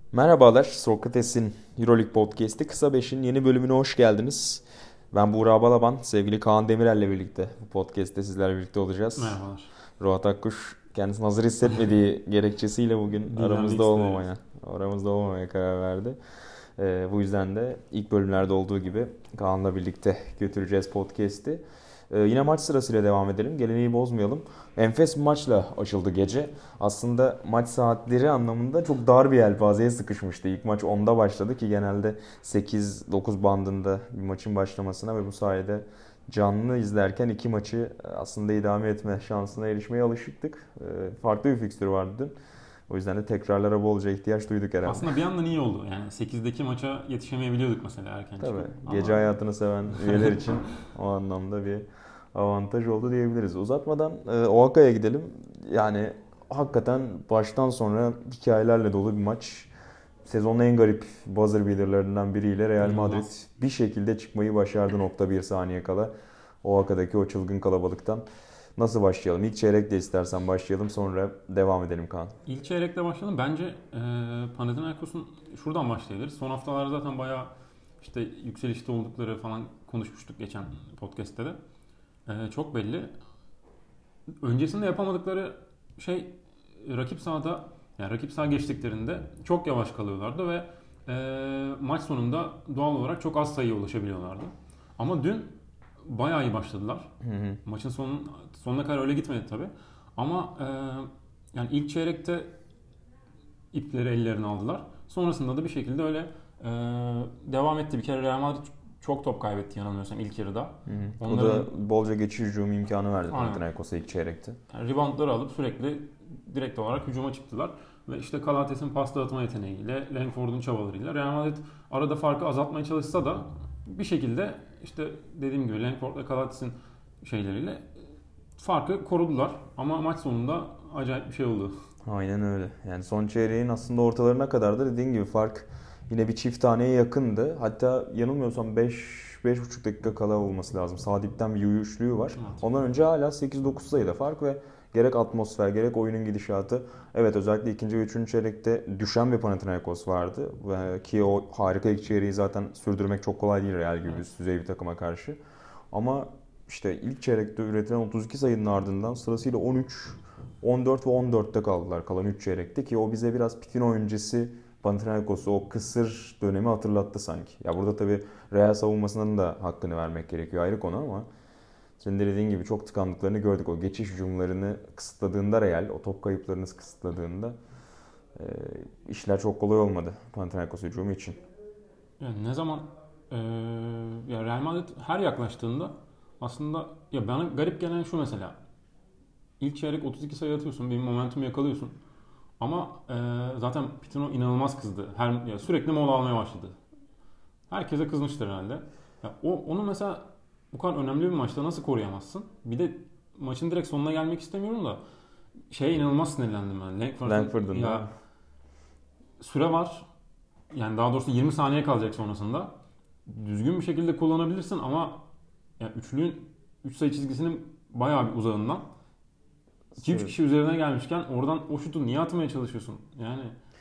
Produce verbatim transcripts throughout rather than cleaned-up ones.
Merhabalar, Sokrates'in Euroleague Podcast'i Kısa Beş'in yeni bölümüne hoş geldiniz. Ben Buğra Balaban, sevgili Kaan Demirel'le birlikte bu podcast'te sizlerle birlikte olacağız. Merhabalar. Ruat Akkuş kendisini hazır hissetmediği gerekçesiyle bugün aramızda olmamaya, aramızda olmamaya karar verdi. Ee, bu yüzden de ilk bölümlerde olduğu gibi Kaan'la birlikte götüreceğiz podcast'i. Ee, yine maç sırasıyla devam edelim. Geleneği bozmayalım. Enfes bir maçla açıldı gece. Aslında maç saatleri anlamında çok dar bir yelpazeye sıkışmıştı. İlk maç onda başladı ki genelde sekiz dokuz bandında bir maçın başlamasına ve bu sayede canlı izlerken iki maçı aslında idame etme şansına erişmeye alışıktık. Ee, farklı bir fikstür vardı dün. O yüzden de tekrarlara bolca ihtiyaç duyduk herhalde. Aslında bir yandan iyi oldu. Yani sekizdeki maça yetişemeyebiliyorduk mesela erken Tabii. çıkıp. Gece Ama... hayatını seven üyeler için o anlamda bir avantaj oldu diyebiliriz. Uzatmadan e, Oaxaca'ya gidelim. Yani hakikaten baştan sona hikayelerle dolu bir maç. Sezonun en garip buzzer beater'larından biriyle Real Madrid bir şekilde çıkmayı başardı nokta bir saniye kala. Oaxaca'daki o çılgın kalabalıktan. Nasıl başlayalım? İlk çeyrekle istersen başlayalım, sonra devam edelim Kaan. İlk çeyrekle başlayalım. Bence e, Panathinaikos'un şuradan başlayabiliriz. Son haftalarda zaten bayağı işte yükselişte oldukları falan konuşmuştuk geçen podcast'te de. E, çok belli. Öncesinde yapamadıkları şey rakip sahada, yani rakip saha geçtiklerinde çok yavaş kalıyorlardı ve e, maç sonunda doğal olarak çok az sayıya ulaşabiliyorlardı. Ama dün bayağı iyi başladılar. Hı hı. Maçın son, sonuna kadar öyle gitmedi tabii. Ama e, yani ilk çeyrekte ipleri ellerine aldılar. Sonrasında da bir şekilde öyle e, devam etti. Bir kere Real Madrid çok top kaybetti yanılmıyorsam ilk yarıda. Hı hı. Onların, O da bolca geçiş hücumu imkanı verdi Aynen. Panathinaikos'a ilk çeyrekte. Yani reboundları alıp sürekli direkt olarak hücuma çıktılar. Ve işte Calates'in pas dağıtma yeteneğiyle, Langford'un çabalarıyla Real Madrid arada farkı azaltmaya çalışsa da bir şekilde işte dediğim gibi Langford ve Calates'in şeyleriyle farkı korudular. Ama maç sonunda acayip bir şey oldu. Aynen öyle. Yani son çeyreğin aslında ortalarına kadar da dediğin gibi fark yine bir çift taneye yakındı. Hatta yanılmıyorsam beş beş buçuk dakika kala olması lazım. Sağ dipten bir yürüyüşlüğü var. Evet. Ondan önce hala sekiz dokuz sayıda fark ve gerek atmosfer gerek oyunun gidişatı. Evet, özellikle ikinci ve üçüncü çeyrekte düşen bir Panathinaikos vardı. Ki o harika ilk çeyreği zaten sürdürmek çok kolay değil Real gibi üst düzey bir takıma karşı. Ama işte ilk çeyrekte üretilen otuz iki sayının ardından sırasıyla on üç, on dört ve on dörtte kaldılar kalan üç çeyrekte ki o bize biraz Pitino öncesi Panathinaikos'u o kısır dönemi hatırlattı sanki. Ya burada tabii Real savunmasının da hakkını vermek gerekiyor, ayrı konu, ama senin de dediğin gibi çok tıkandıklarını gördük. O geçiş hücumlarını kısıtladığında Real, o top kayıplarını kısıtladığında e, işler çok kolay olmadı Panathinaikos hücumu için. Yani ne zaman e, ya Real Madrid her yaklaştığında aslında ya bana garip gelen şu mesela. İlk çeyrek otuz iki sayı atıyorsun, bir momentum yakalıyorsun. Ama e, zaten Pitino inanılmaz kızdı. Her ya sürekli mola almaya başladı. Herkese kızmıştır herhalde. Ya o onu mesela bu kadar önemli bir maçta nasıl koruyamazsın? Bir de maçın direkt sonuna gelmek istemiyorum da şeye inanılmaz sinirlendim ben. Langford'un Langford'un ya da. süre var. Yani daha doğrusu yirmi saniye kalacak sonrasında. Düzgün bir şekilde kullanabilirsin ama yani üçlüğün üç sayı çizgisinin bayağı bir uzağından iki üç kişi üzerine gelmişken oradan o şutu niye atmaya çalışıyorsun? Yani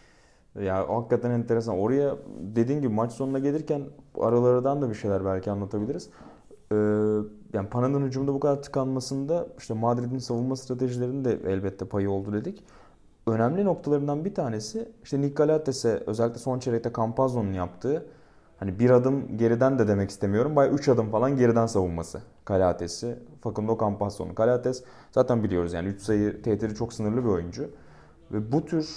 Ya hakikaten enteresan. Oraya dediğin gibi maç sonuna gelirken aralardan da bir şeyler belki anlatabiliriz. Ee, yani Pana'nın hücumda bu kadar tıkanmasında işte Madrid'in savunma stratejilerinin de elbette payı oldu dedik. Önemli noktalarından bir tanesi işte Nick Galates'e özellikle son çeyrekte Campazzo'nun yaptığı, hani bir adım geriden de demek istemiyorum, bayağı üç adım falan geriden savunması Galates'i. Facundo Campazzo'nun. Galates zaten biliyoruz yani üç sayı tehdidi çok sınırlı bir oyuncu. Ve bu tür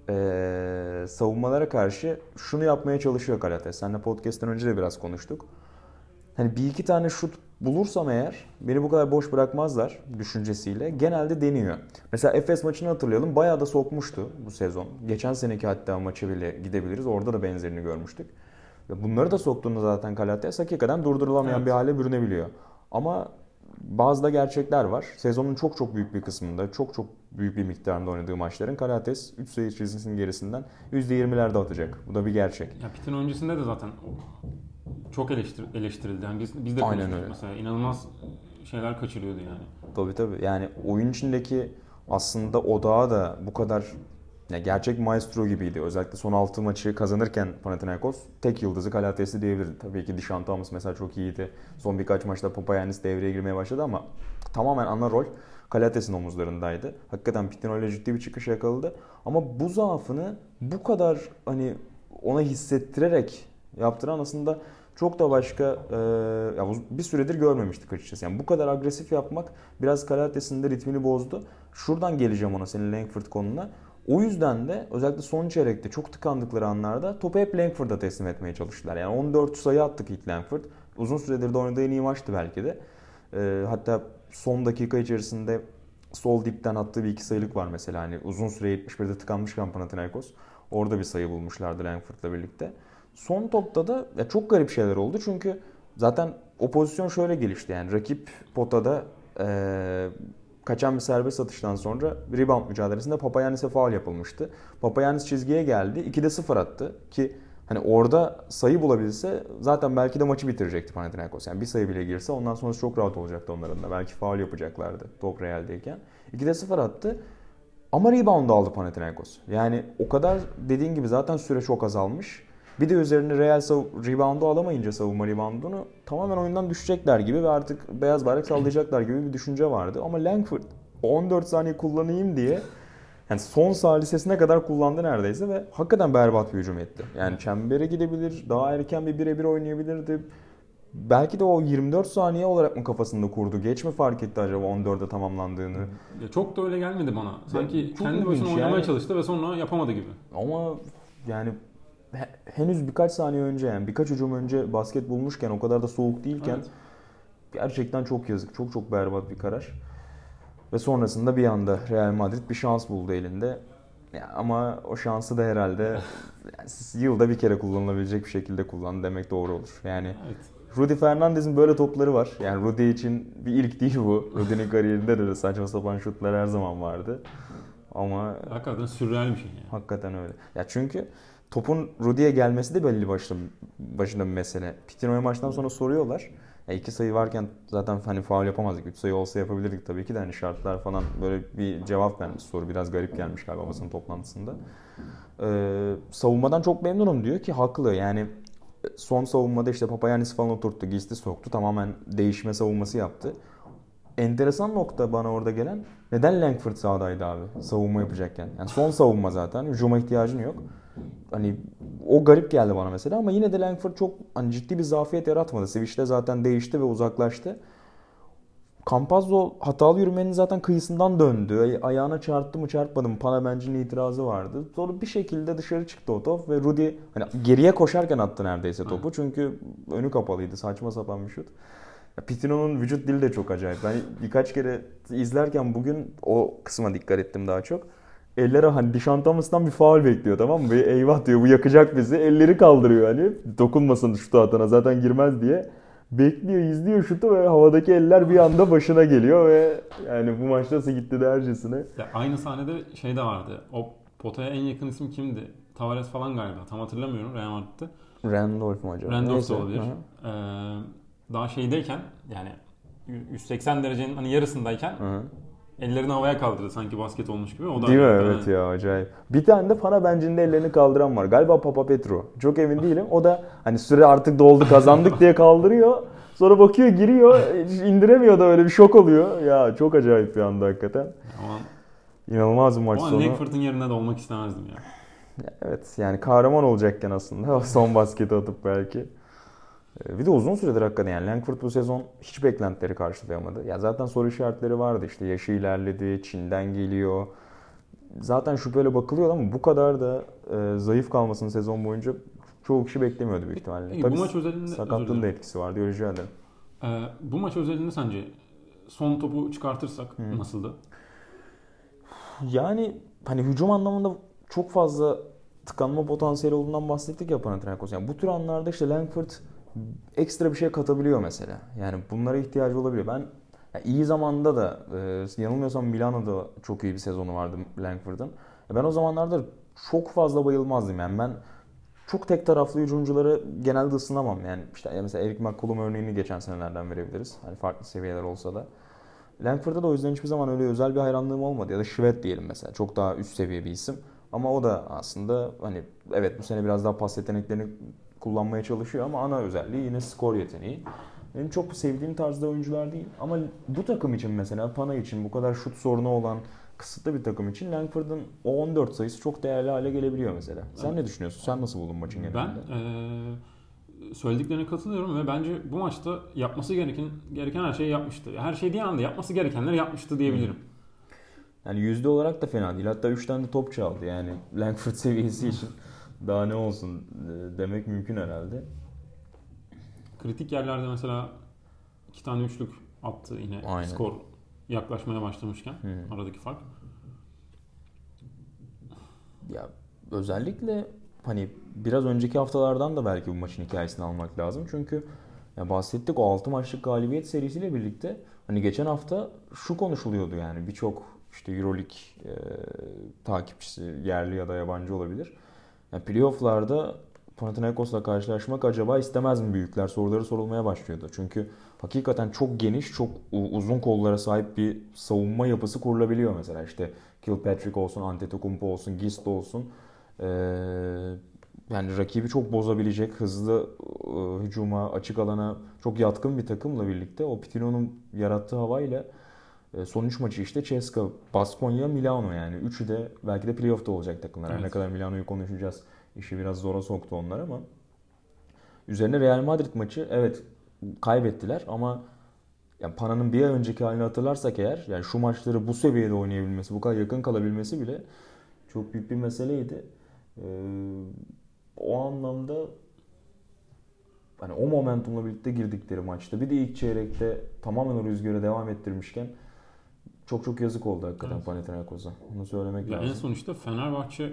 e, savunmalara karşı şunu yapmaya çalışıyor Galates. Seninle podcast'ten önce de biraz konuştuk. Hani bir iki tane şut bulursam eğer beni bu kadar boş bırakmazlar düşüncesiyle genelde deniyor. Mesela Efes maçını hatırlayalım. Bayağı da sokmuştu bu sezon. Geçen seneki hatta maçı bile gidebiliriz. Orada da benzerini görmüştük. Ve bunları da soktuğunda zaten Galatas hakikaten durdurulamayan evet. bir hale bürünebiliyor. Ama bazı da gerçekler var. Sezonun çok çok büyük bir kısmında, çok çok büyük bir miktarında oynadığı maçların Galatas üç sayı çizgisinin gerisinden yüzde yirmilerde atacak. Bu da bir gerçek. ya Pitino öncesinde de zaten çok eleştir, eleştirildi. Yani biz, biz de Aynen konuştuk öyle. mesela. İnanılmaz şeyler kaçırıyordu yani. Tabii tabii. Yani oyun içindeki aslında odağı da bu kadar Yani gerçek maestro gibiydi. Özellikle son altı maçı kazanırken Panathinaikos tek yıldızı Kalates'i diyebilirdi. Tabii ki Dishon Thomas mesela çok iyiydi. Son birkaç maçta Papagiannis devreye girmeye başladı ama tamamen ana rol Kalates'in omuzlarındaydı. Hakikaten Pitino ile ciddi bir çıkış yakaladı. Ama bu zaafını bu kadar hani ona hissettirerek yaptıran aslında çok da başka e, ya bir süredir görmemiştik açıkçası. Yani bu kadar agresif yapmak biraz Kalates'in de ritmini bozdu. Şuradan geleceğim ona senin Langford konuna. O yüzden de özellikle son çeyrekte çok tıkandıkları anlarda topu hep Langford'a teslim etmeye çalıştılar. Yani on dört sayı attık ilk Langford. Uzun süredir de oynadığı en iyi maçtı belki de. E, hatta son dakika içerisinde sol dipten attığı bir iki sayılık var mesela. Hani uzun süre yetmiş birde tıkanmışken Panathinaikos. Orada bir sayı bulmuşlardı Langford'la birlikte. Son topta da ya çok garip şeyler oldu. Çünkü zaten o pozisyon şöyle gelişti. Yani rakip potada ee, kaçan bir serbest atıştan sonra rebound mücadelesinde Papagiannis'e faul yapılmıştı. Papagiannis çizgiye geldi. ikide sıfır attı ki hani orada sayı bulabilse zaten belki de maçı bitirecekti Panathinaikos. Yani bir sayı bile girse ondan sonrası çok rahat olacaktı onların da. Belki faul yapacaklardı top Real'deyken. ikide sıfır attı. Ama rebound aldı Panathinaikos. Yani o kadar dediğin gibi zaten süre çok azalmış. Bir de üzerine Real sav- reboundu alamayınca savunma reboundunu tamamen oyundan düşecekler gibi ve artık beyaz bayrak sallayacaklar gibi bir düşünce vardı. Ama Langford on dört saniye kullanayım diye yani son salisesine kadar kullandı neredeyse ve hakikaten berbat bir hücum etti. Yani çembere gidebilir, daha erken bir birebir oynayabilirdi. Belki de o yirmi dört saniye olarak mı kafasında kurdu? Geç mi fark etti acaba on dörde tamamlandığını? Ya çok da öyle gelmedi bana. Sanki çok kendi başına oynamaya yani. çalıştı ve sonra yapamadı gibi. Ama yani henüz birkaç saniye önce yani birkaç hücum önce basket bulmuşken o kadar da soğuk değilken evet. Gerçekten çok yazık. Çok çok berbat bir karar. Ve sonrasında bir anda Real Madrid bir şans buldu elinde. Ya ama o şansı da herhalde yani yılda bir kere kullanılabilecek bir şekilde kullan demek doğru olur. Yani evet. Rudy Fernandez'in böyle topları var. Yani Rudy için bir ilk değil bu. Rudy'nin kariyerinde de saçma sapan şutlar her zaman vardı. Ama hakikaten sürreal bir şey yani. Hakikaten öyle. Ya çünkü topun Rudy'ye gelmesi de belli başlı başında bir mesele. Pitino'ya maçtan sonra soruyorlar. Ya iki sayı varken zaten hani faul yapamazdık. Üç sayı olsa yapabilirdik tabii ki de hani şartlar falan böyle bir cevap vermiş soru. Biraz garip gelmiş galiba basın toplantısında. Ee, savunmadan çok memnunum diyor ki haklı. Yani son savunmada işte Papagiannis falan oturttu, Gisli soktu. Tamamen değişme savunması yaptı. Enteresan nokta bana orada gelen neden Langford sahadaydı abi savunma yapacakken? Yani son savunma zaten. Hücuma ihtiyacın yok. Hani o garip geldi bana mesela ama yine de Langford çok hani ciddi bir zafiyet yaratmadı. Switch'te zaten değişti ve uzaklaştı. Campazzo hatalı yürümenin zaten kıyısından döndü. Ayağına çarptı mı çarpmadı mı Panabenci'nin itirazı vardı. Sonra bir şekilde dışarı çıktı o top ve Rudy hani geriye koşarken attı neredeyse topu. Çünkü önü kapalıydı. Saçma sapan bir şut. Pitino'nun vücut dili de çok acayip. Ben birkaç kere izlerken bugün o kısma dikkat ettim daha çok. Elleri hani Dishon Thomas'tan bir faul bekliyor tamam mı? Eyvah diyor bu yakacak bizi. Elleri kaldırıyor hani. Dokunmasın şutu atana zaten girmez diye. Bekliyor, izliyor şutu ve havadaki eller bir anda başına geliyor ve yani bu maç nasıl gitti dercesine. Ya aynı sahnede şey de vardı. O potaya en yakın isim kimdi? Tavares falan galiba. Tam hatırlamıyorum Real Madrid'de. Randolph mu acaba? Randolph da olabilir. Ee, daha şeydeyken yani yüz seksen derecenin hani yarısındayken Hı-hı. ellerini havaya kaldırdı sanki basket olmuş gibi. O da değil mi? Evet yani. Ya acayip. Bir tane de Panabenci'nde ellerini kaldıran var. Galiba Papapetru. Çok emin değilim. O da hani süre artık doldu kazandık diye kaldırıyor. Sonra bakıyor giriyor. İndiremiyor da öyle bir şok oluyor. Ya çok acayip bir anda hakikaten. Aman. İnanılmaz bir maç sonu. Ama Langford'un yerinde de olmak istemezdim ya. Evet yani kahraman olacakken aslında son basketi atıp belki. Bir de uzun süredir hakikaten yani Langford bu sezon hiç beklentileri karşılayamadı. Ya zaten soru işaretleri vardı işte yaşı ilerledi, Çin'den geliyor. Zaten şüpheyle bakılıyor ama bu kadar da e, zayıf kalmasını sezon boyunca çoğu kişi beklemiyordu büyük ihtimalle. Peki, Tabii bu maç özelinde sakatlığın da etkisi vardı. Rica ederim. Ee, bu maç özelinde sence son topu çıkartırsak hmm. nasıldı? Yani hani hücum anlamında çok fazla tıkanma potansiyeli olduğundan bahsettik ya Panathinaikos. Yani bu tür anlarda işte Langford ekstra bir şey katabiliyor mesela. Yani bunlara ihtiyacı olabiliyor. Ben yani iyi zamanda da e, yanılmıyorsam Milano'da çok iyi bir sezonu vardı Langford'ın. Ben o zamanlarda çok fazla bayılmazdım yani. Ben çok tek taraflı hücumcuları genelde ısınamam. Yani işte mesela Eric McCollum örneğini geçen senelerden verebiliriz. Hani farklı seviyeler olsa da. Langford'da da o yüzden hiçbir zaman öyle özel bir hayranlığım olmadı. Ya da Şvet diyelim mesela. Çok daha üst seviye bir isim. Ama o da aslında hani evet bu sene biraz daha pas yeteneklerini kullanmaya çalışıyor ama ana özelliği yine skor yeteneği. Benim çok sevdiğim tarzda oyuncular değil. Ama bu takım için mesela Pana için bu kadar şut sorunu olan kısıtlı bir takım için Langford'un o on dört sayısı çok değerli hale gelebiliyor mesela. Sen ne düşünüyorsun? Sen nasıl buldun maçın genelinde? Ben ee, söylediklerine katılıyorum ve bence bu maçta yapması gereken gereken her şeyi yapmıştı. Her şey değil anda yapması gerekenleri yapmıştı diyebilirim. Yani yüzde olarak da fena değil. Hatta üç tane de top çaldı. Yani Langford seviyesi için daha ne olsun demek mümkün herhalde. Kritik yerlerde mesela iki tane üçlük attı yine. Aynen. Skor yaklaşmaya başlamışken Hı. aradaki fark. Ya özellikle hani biraz önceki haftalardan da belki bu maçın hikayesini almak lazım. Çünkü ya bahsettik o altı maçlık galibiyet serisiyle birlikte hani geçen hafta şu konuşuluyordu yani birçok işte EuroLeague e, takipçisi yerli ya da yabancı olabilir. Yani playoff'larda Panathinaikos'la karşılaşmak acaba istemez mi büyükler soruları sorulmaya başlıyordu. Çünkü hakikaten çok geniş, çok uzun kollara sahip bir savunma yapısı kurulabiliyor mesela. İşte Kilpatrick olsun, Antetokounmpo olsun, Gist olsun. Ee, yani rakibi çok bozabilecek, hızlı e, hücuma, açık alana çok yatkın bir takımla birlikte o Pitino'nun yarattığı havayla e, son üç maçı işte Ceska, Baskonya, Milano yani. Üçü de belki de playoff'ta olacak takımlar. Evet. Ne kadar Milano'yu konuşacağız. İşi biraz zora soktu onlar ama. Üzerine Real Madrid maçı evet kaybettiler ama yani Pana'nın bir ay önceki halini hatırlarsak eğer yani şu maçları bu seviyede oynayabilmesi, bu kadar yakın kalabilmesi bile çok büyük bir meseleydi. Ee, o anlamda hani o momentumla birlikte girdikleri maçta bir de ilk çeyrekte tamamen o rüzgarı devam ettirmişken çok çok yazık oldu hakikaten evet. Panathinaikos'a. Onu söylemek ya lazım. En son işte Fenerbahçe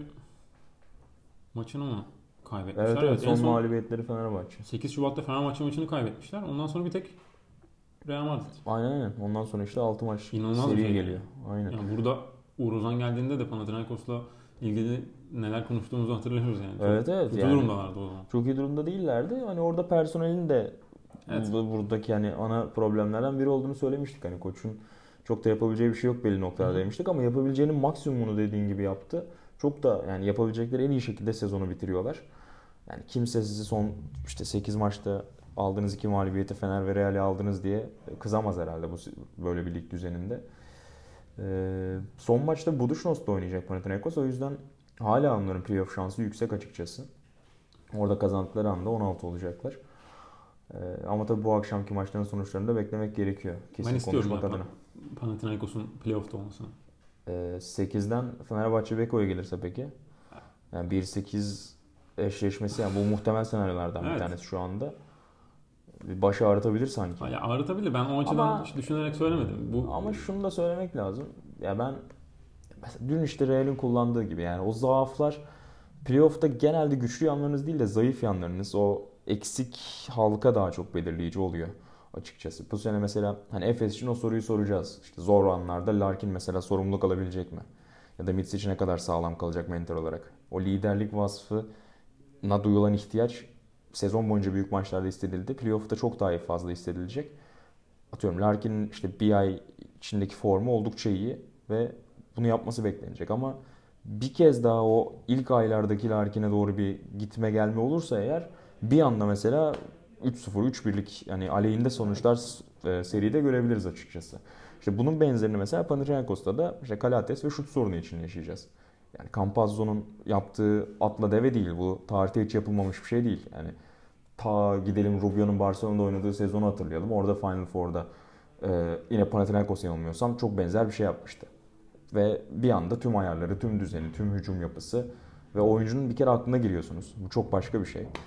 maçını mı kaybetmişler? Evet, evet, son, son mağlubiyetleri Fenerbahçe. sekiz Şubat'ta Fenerbahçe maçını kaybetmişler. Ondan sonra bir tek Real Madrid. Aynen aynen. Ondan sonra işte altı maç İnanılmaz seri şey geliyor. Aynen. Yani burada Uğur Ozan geldiğinde de Panathinaikos'la ilgili neler konuştuğumuzu hatırlıyoruz yani. Çok evet evet. Kötü yani, durumdalardı o zaman. Çok iyi durumda değillerdi. Hani orada personelin de evet. buradaki hani ana problemlerden biri olduğunu söylemiştik. Hani koçun çok da yapabileceği bir şey yok belli noktalarda demiştik ama yapabileceğinin maksimumunu dediğin gibi yaptı. Çok da yani yapabilecekleri en iyi şekilde sezonu bitiriyorlar. Yani kimse sizi son işte sekiz maçta aldığınız iki mağlubiyeti Fener ve Real'e aldınız diye kızamaz herhalde bu böyle bir lig düzeninde. Ee, son maçta Budućnos'ta oynayacak Panathinaikos. O yüzden hala onların playoff şansı yüksek açıkçası. Orada kazandıkları anda on altı olacaklar. Ee, ama tabii bu akşamki maçların sonuçlarını da beklemek gerekiyor. Kesin ben istiyorum konuşmak ya, adına. Panathinaikos'un playoff'ta olmasını. Ee, sekizden Fenerbahçe Beko'ya gelirse peki? Yani bir sekiz eşleşmesi yani bu muhtemel senaryolardan evet. bir tanesi şu anda. Baş ağrıtabilir sanki. Ya ağrıtabilir. Ben o açıdan ama, hiç düşünerek söylemedim. Bu... Ama şunu da söylemek lazım. Ya ben mesela dün işte Real'in kullandığı gibi yani o zaaflar playoff'ta genelde güçlü yanlarınız değil de zayıf yanlarınız o eksik halka daha çok belirleyici oluyor açıkçası. Bu sene mesela hani Efes için o soruyu soracağız. İşte zor anlarda Larkin mesela sorumluluk alabilecek mi? Ya da Mitsic ne kadar sağlam kalacak mental olarak? O liderlik vasfına duyulan ihtiyaç sezon boyunca büyük maçlarda hissedildi. Playoff'ta çok daha fazla hissedilecek. Atıyorum Larkin'in işte bir ay içindeki formu oldukça iyi ve bunu yapması beklenecek ama bir kez daha o ilk aylardaki Larkin'e doğru bir gitme gelme olursa eğer bir anda mesela üç sıfır üç birlik yani aleyhinde sonuçlar e, seride görebiliriz açıkçası. İşte bunun benzerini mesela Panathinaikos'ta da işte Kalates ve şut sorunu için yaşayacağız. Yani Campazzo'nun yaptığı atla deve değil bu. Tarihte hiç yapılmamış bir şey değil. Yani ta gidelim Rubio'nun Barcelona'da oynadığı sezonu hatırlayalım. Orada Final Four'da e, yine Panathinaikos yanılmıyorsam çok benzer bir şey yapmıştı. Ve bir anda tüm ayarları, tüm düzeni, tüm hücum yapısı ve oyuncunun bir kere aklına giriyorsunuz. Bu çok başka bir şey.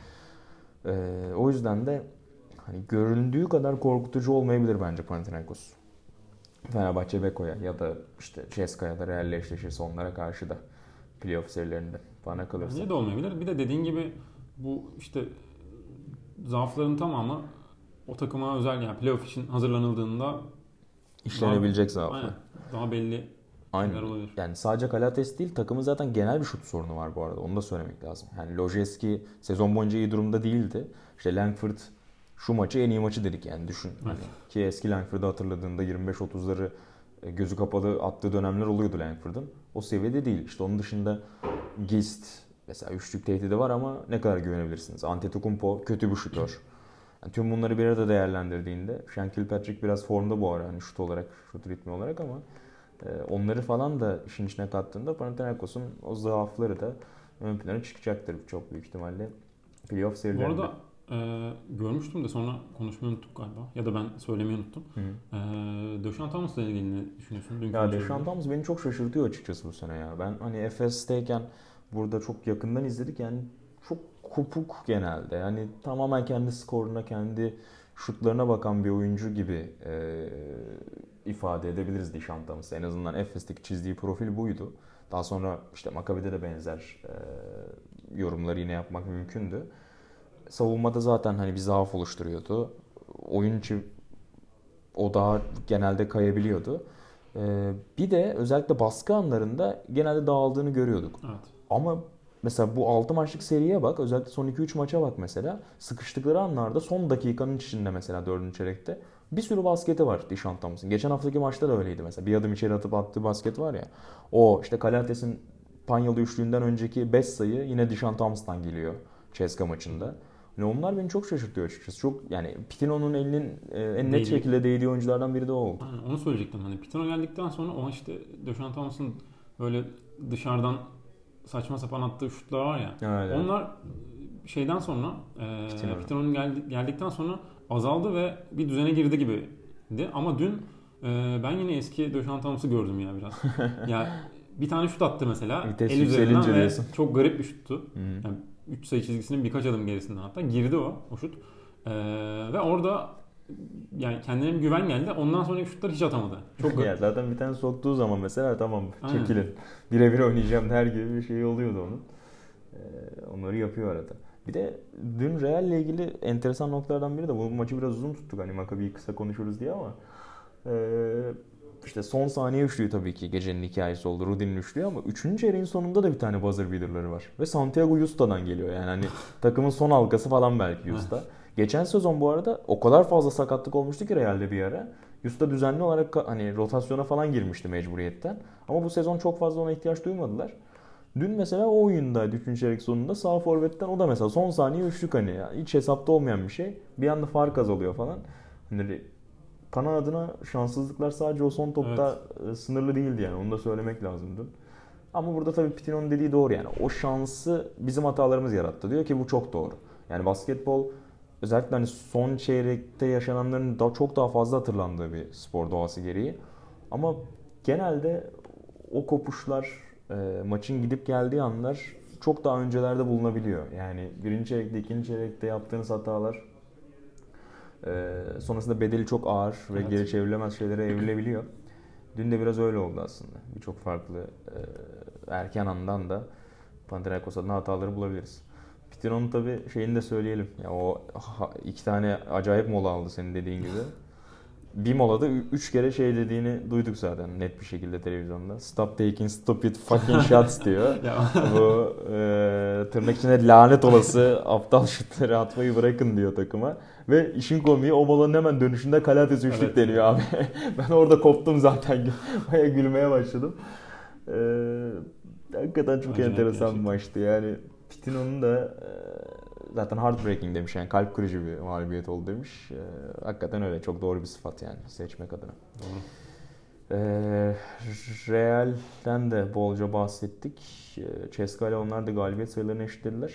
Ee, o yüzden de hani göründüğü kadar korkutucu olmayabilir bence Panathinaikos. Fenerbahçe Beko'ya ya da işte Ceska'ya da Real'le eşleşirse onlara karşı da playoff serilerinde bana kalırsa. Niye de olmayabilir? Bir de dediğin gibi bu işte zaafların tamamı o takıma özel yani playoff için hazırlanıldığında işlenebilecek zaafı. Aynen. Daha belli Aynen. Olabilir. Yani sadece Kalates değil takımın zaten genel bir şut sorunu var bu arada. Onu da söylemek lazım. Yani Lojeski sezon boyunca iyi durumda değildi. İşte Langford şu maçı en iyi maçı dedik yani düşün. Evet. Hani ki eski Langford'u hatırladığında yirmi beş otuzları gözü kapalı attığı dönemler oluyordu Langford'un. o seviyede değil. İşte onun dışında Gist mesela üçlük tehdidi var ama ne kadar güvenebilirsiniz? Antetokounmpo kötü bir şutör. Yani tüm bunları bir arada değerlendirdiğinde Sean Kilpatrick biraz formda bu ara hani şut olarak, şut ritmi olarak ama e, onları falan da işin içine kattığında Panathinaikos'un o zaafları da ön plana çıkacaktır çok büyük ihtimalle playoff Bu serilerinde. arada e, görmüştüm de sonra konuşmayı unuttuk galiba. Ya da ben söylemeyi unuttum. Hı hı. E, Deshaun Thomas'la ilgili ne düşünüyorsun? Dünkü Ya maçı Deshaun izledim. Thomas beni çok şaşırtıyor açıkçası bu sene ya. Ben hani Efes'teyken burada çok yakından izledik yani çok kopuk genelde. Yani tamamen kendi skoruna, kendi şutlarına bakan bir oyuncu gibi e, ifade edebiliriz Deshaun Thomas'ı. En azından Efes'teki çizdiği profil buydu. Daha sonra işte Maccabi'de de benzer e, yorumları yine yapmak mümkündü. Savunmada zaten hani bir zaaf oluşturuyordu. Oyuncu o daha genelde kayabiliyordu. Ee, bir de özellikle baskı anlarında genelde dağıldığını görüyorduk. Evet. Ama mesela bu altı maçlık seriye bak, özellikle son iki üç maça bak mesela. Sıkıştıkları anlarda son dakikanın içinde mesela dördüncü çeyrekte bir sürü basketi var Deshaun Thomas'ın. Geçen haftaki maçta da öyleydi mesela. Bir adım içeri atıp attığı basket var ya. O işte Calates'in Panyalı üçlüğünden önceki beş sayı yine Deshaun Thomas'tan geliyor C S K A maçında. Yani onlar beni çok şaşırtıyor açıkçası. Çok yani Pitino'nun elinin e, en net Değdi. şekilde değdiği oyunculardan biri de o oldu. Aynen, onu söyleyecektim. Hani Pitino geldikten sonra o işte Deshaun Thomas'ın böyle dışarıdan saçma sapan attığı şutlar var ya. Evet, evet. Onlar şeyden sonra e, Pitino'nun. Pitino'nun geldi, geldikten sonra azaldı ve bir düzene girdi gibiydi. Ama dün e, ben yine eski Deshaun Thomas'ı gördüm ya biraz. Ya bir tane şut attı mesela. Vites El üzerinden yükselince ve diyorsun. çok garip bir şuttu. Hı. Yani üç sayı çizgisinin birkaç adım gerisinden hatta girdi o, o şut. E, ve orada yani kendine bir güven geldi. Ondan sonraki şutlar hiç atamadı. Çok Ya garip. zaten bir tane soktuğu zaman mesela tamam Aynen. çekilin. Birebir oynayacağım der gibi bir şey oluyordu onun. Ee, onları yapıyor arada. Bir de dün Real'le ilgili enteresan noktalardan biri de bu maçı biraz uzun tuttuk hani Maccabi'yi kısa konuşuruz diye ama ee, işte son saniye üçlüğü tabii ki gecenin hikayesi oldu. Rudy'nin üçlüğü ama üçüncü çeyreğin sonunda da bir tane buzzer beater'ları var. Ve Santiago Justa'dan geliyor yani hani takımın son halkası falan belki Justa. Geçen sezon bu arada o kadar fazla sakatlık olmuştu ki Real'de bir ara. Justa düzenli olarak hani rotasyona falan girmişti mecburiyetten. Ama bu sezon çok fazla ona ihtiyaç duymadılar. Dün mesela o oyundaydı üçüncü çeyrek sonunda sağ forvetten o da mesela son saniye üçlük hani ya. Hiç hesapta olmayan bir şey. Bir anda fark azalıyor falan. Hani Pana adına şanssızlıklar sadece o son topta evet. sınırlı değildi yani onu da söylemek lazımdı. Ama burada tabii Pitino'nun dediği doğru yani o şansı bizim hatalarımız yarattı diyor ki bu çok doğru. Yani basketbol özellikle hani son çeyrekte yaşananların daha çok daha fazla hatırlandığı bir spor doğası gereği. Ama genelde o kopuşlar, e, maçın gidip geldiği anlar çok daha öncelerde bulunabiliyor. Yani birinci çeyrekte, ikinci çeyrekte yaptığınız hatalar e, sonrasında bedeli çok ağır ve Evet. geri çevrilemez şeylere evrilebiliyor. Dün de biraz öyle oldu aslında. Birçok farklı e, erken andan da Panathinaikos adına hataları bulabiliriz. Pitino'nun tabii şeyini de söyleyelim. Ya o iki tane acayip mola aldı senin dediğin gibi. Bir molada üç kere şey dediğini duyduk zaten net bir şekilde televizyonda. Stop taking stupid fucking shots diyor. Bu e, tırnak içinde lanet olası aptal şutları atmayı bırakın diyor takıma. Ve işin komiği o molanın hemen dönüşünde Kalates üçlük evet. deniyor abi. Ben orada koptum zaten. Bayağı gülmeye başladım. Ee, hakikaten çok acayip enteresan gerçekten. Bir maçtı. Yani Pitino'nun da e, zaten heartbreaking demiş yani kalp kırıcı bir mağlubiyet oldu demiş. Ee, hakikaten öyle çok doğru bir sıfat yani seçmek adına. Doğru. Ee, Real'den de bolca bahsettik. C S K A ile onlar da galibiyet sayılarını eşitlediler.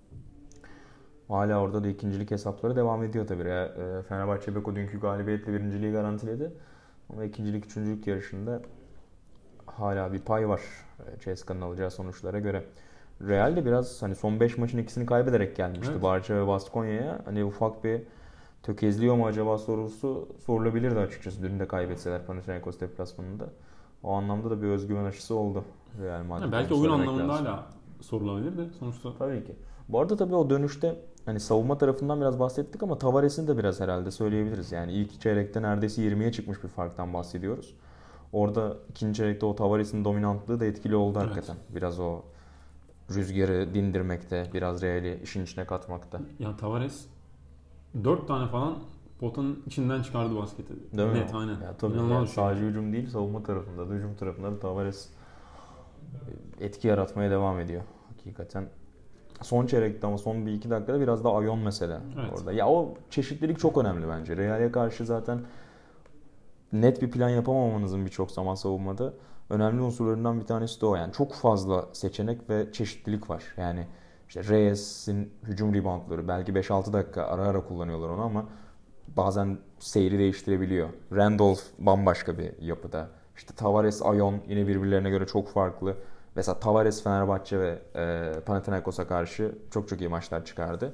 Hala orada da ikincilik hesapları devam ediyor tabii. Fenerbahçe Beko dünkü galibiyetle birinciliği garantiledi. Ama ikincilik, üçüncülük yarışında hala bir pay var C S K A'nın alacağı sonuçlara göre. Real de biraz hani son beş maçın ikisini kaybederek gelmişti. Evet. Barça ve Baskonya'ya. Hani ufak bir tökezliyor mu acaba sorusu sorulabilirdi açıkçası. Dün de kaybetseler Panathinaikos deplasmanında. O anlamda da bir özgüven aşısı oldu Real Madrid. Belki oyun anlamında lazım. Hala sorulabilirdi sonuçta. Tabii ki. Bu arada tabii o dönüşte hani savunma tarafından biraz bahsettik ama Tavares'in de biraz herhalde söyleyebiliriz. Yani ilk çeyrekte neredeyse yirmiye çıkmış bir farktan bahsediyoruz. Orada ikinci çeyrekte o Tavares'in dominantlığı da etkili oldu evet. Hakikaten. Biraz o rüzgarı dindirmekte, biraz Real'i işin içine katmakta. Ya Tavares dört tane falan potanın içinden çıkardı basketi. Değil mi? Net aynen. Ya tabii yani sadece hücum değil savunma tarafında da hücum tarafında da Tavares etki yaratmaya devam ediyor hakikaten. Son çeyrekte ama son bir iki dakikada biraz da Ayon mesela Evet. orada. Ya o çeşitlilik çok önemli bence. Real'e karşı zaten net bir plan yapamamanızın birçok zaman savunmada önemli unsurlarından bir tanesi de o. Yani çok fazla seçenek ve çeşitlilik var. Yani işte Reyes'in hücum reboundları belki beş altı dakika ara ara kullanıyorlar onu ama bazen seyri değiştirebiliyor. Randolph bambaşka bir yapıda. İşte Tavares, Ayon yine birbirlerine göre çok farklı. Mesela Tavares Fenerbahçe ve e, Panathinaikos'a karşı çok çok iyi maçlar çıkardı.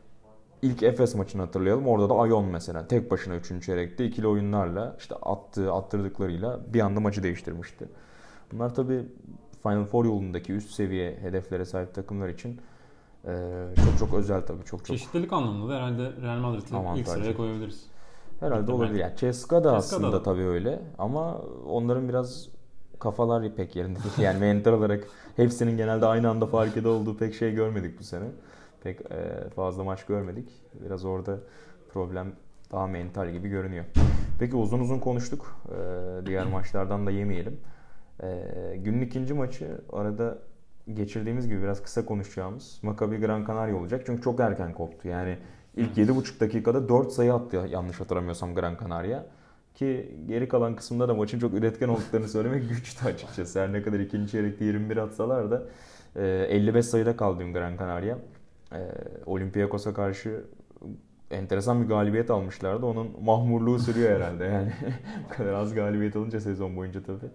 İlk Efes maçını hatırlayalım. Orada da Ayon mesela tek başına üçüncü çeyrekte ikili oyunlarla işte attığı, attırdıklarıyla bir anda maçı değiştirmişti. Bunlar tabii Final Four yolundaki üst seviye hedeflere sahip takımlar için e, çok çok özel tabii. Çok çok Çeşitlilik anlamında da herhalde Real Madrid'i ilk sıraya koyabiliriz. Herhalde olabilir. Yani Ceska da aslında da. tabii öyle ama onların biraz kafalar pek yerinde değil. Yani mental olarak hepsinin genelde aynı anda farkında olduğu pek şey görmedik bu sene. Pek fazla maç görmedik. Biraz orada problem daha mental gibi görünüyor. Peki uzun uzun konuştuk. Diğer maçlardan da yemeyelim. Günün ikinci maçı arada geçirdiğimiz gibi biraz kısa konuşacağımız Maccabi Gran Canaria olacak. Çünkü çok erken koptu. Yani ilk yedi buçuk dakikada dört sayı attı yanlış hatırlamıyorsam Gran Canaria. Ki geri kalan kısımda da maçın çok üretken olduklarını söylemek güçtü açıkçası. Her ne kadar ikinci çeyrekte yirmi bir atsalar da elli beş sayıda kaldı Gran Canaria. Olympiakos'a karşı enteresan bir galibiyet almışlardı. Onun mahmurluğu sürüyor herhalde. Yani bu kadar az galibiyet alınca sezon boyunca tabii.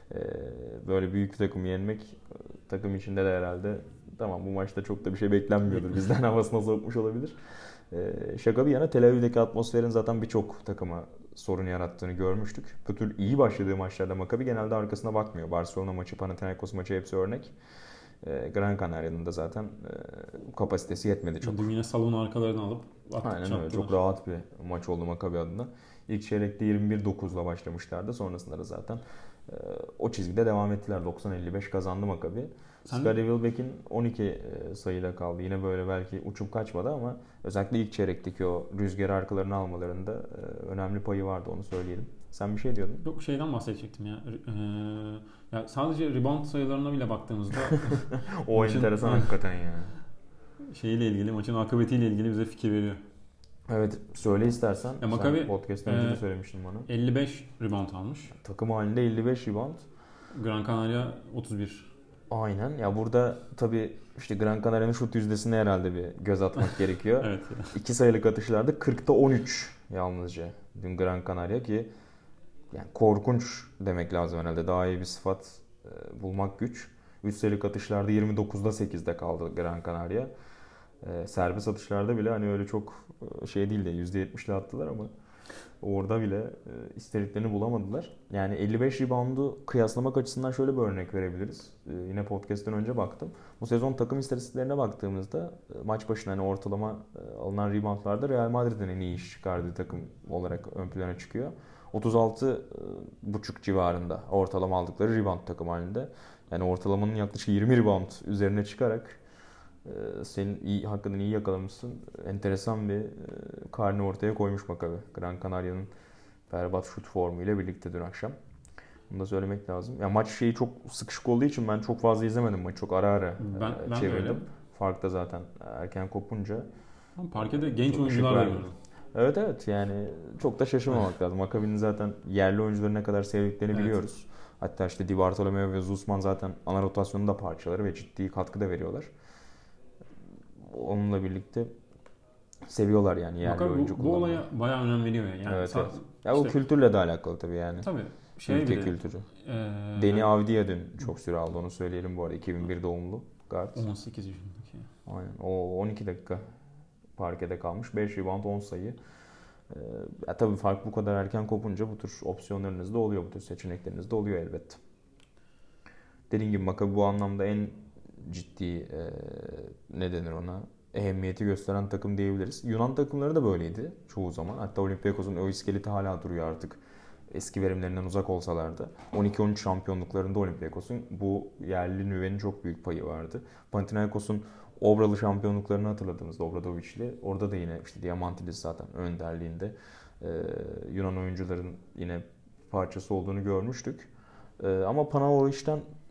Böyle büyük bir takım yenmek takım içinde de herhalde tamam bu maçta çok da bir şey beklenmiyordur. Bizden havasına sokmuş olabilir. Şaka bir yana Tel Aviv'deki atmosferin zaten birçok takıma sorun yarattığını görmüştük. Bu tür iyi başladığı maçlarda Maccabi genelde arkasına bakmıyor. Barcelona maçı, Panathinaikos maçı hepsi örnek. Gran Canaria'nın da zaten kapasitesi yetmedi çok. Dün yine salonu arkalarına alıp attık, aynen öyle. Çok rahat bir maç oldu Maccabi adına. İlk çeyrekte yirmi bir dokuzla başlamışlardı. Sonrasında da zaten o çizgide devam ettiler. doksan elli beş kazandı Maccabi. Scottie Wilbeck'in on iki sayıyla kaldı. Yine böyle belki uçup kaçmadı ama özellikle ilk çeyrekteki o rüzgarı arkalarına almalarında önemli payı vardı, onu söyleyelim. Sen bir şey diyordun. Yok, şeyden bahsedecektim ya. Ee, ya sadece rebound sayılarına bile baktığımızda o maçın, enteresan hakikaten ya. Şeyiyle ilgili, maçın akıbetiyle ilgili bize fikir veriyor. Evet, söyle istersen. Ya Maccabi, sen podcast'ten önce de söylemiştin bana. elli beş rebound almış. Takım halinde elli beş rebound. Gran Canaria otuz bir. Aynen. Ya burada tabii işte Gran Canaria'nın şut yüzdesine herhalde bir göz atmak gerekiyor. Evet. İki sayılık atışlarda kırkta on üç yalnızca dün Gran Canaria, ki yani korkunç demek lazım herhalde. Daha iyi bir sıfat e, bulmak güç. üç sayılık atışlarda yirmi dokuzda sekizde kaldı Gran Canaria. E, serbest atışlarda bile hani öyle çok şey değil de yüzde yetmişle attılar ama orada bile e, istediklerini bulamadılar. Yani elli beş reboundu kıyaslamak açısından şöyle bir örnek verebiliriz. E, yine podcast'ten önce baktım. Bu sezon takım istatistiklerine baktığımızda e, maç başına hani ortalama e, alınan reboundlarda Real Madrid'in en iyi iş çıkardığı takım olarak ön plana çıkıyor. otuz altı buçuk civarında ortalama aldıkları rebound takım halinde. Yani ortalamanın yaklaşık yirmi rebound üzerine çıkarak senin iyi, hakikaten iyi yakalamışsın. Enteresan bir karne ortaya koymuş Maccabi. Gran Canaria'nın berbat şut formuyla birlikte dün akşam. Bunu da söylemek lazım. Ya maç şeyi çok sıkışık olduğu için ben çok fazla izlemedim maçı. Çok ara ara ben, ben çevirdim. Fark da zaten erken kopunca. Parkede genç oyuncular var. Evet evet, yani çok da şaşırmamak lazım. Maccabi'nin zaten yerli oyuncuları ne kadar sevdiklerini evet. biliyoruz. Hatta işte Di Bartolomeo ve Zusman zaten ana rotasyonun da parçaları ve ciddi katkı da veriyorlar. Onunla birlikte seviyorlar yani yerli Maccabi oyuncu bu, kullanmayı. Bu olaya bayağı önem veriyor yani. Evet, sağ, evet. Ya işte, o kültürle de alakalı tabii yani. Tabii. Şey Ülke bile, kültürü. E, Deni Avdiya dün çok süre aldı, onu söyleyelim bu arada. iki bin bir doğumlu guard. on sekiz yaşındaki. Aynen. O on iki dakika parkede kalmış. beş rebound, on sayı. Ee, tabii fark bu kadar erken kopunca bu tür opsiyonlarınız da oluyor, bu tür seçenekleriniz de oluyor elbette. Dediğim gibi Maccabi bu anlamda en ciddi e, ne denir ona, ehemmiyeti gösteren takım diyebiliriz. Yunan takımları da böyleydi çoğu zaman. Hatta Olympiakos'un o iskeleti hala duruyor artık. Eski verimlerinden uzak olsalar da. on iki on üç şampiyonluklarında Olympiakos'un bu yerli nüvenin çok büyük payı vardı. Panathinaikos'un Obralı şampiyonluklarını hatırladığımızda Obradovic'li, orada da yine işte Diamantidis zaten önderliğinde ee, Yunan oyuncuların yine parçası olduğunu görmüştük. Ee, ama Panathinaikos'tan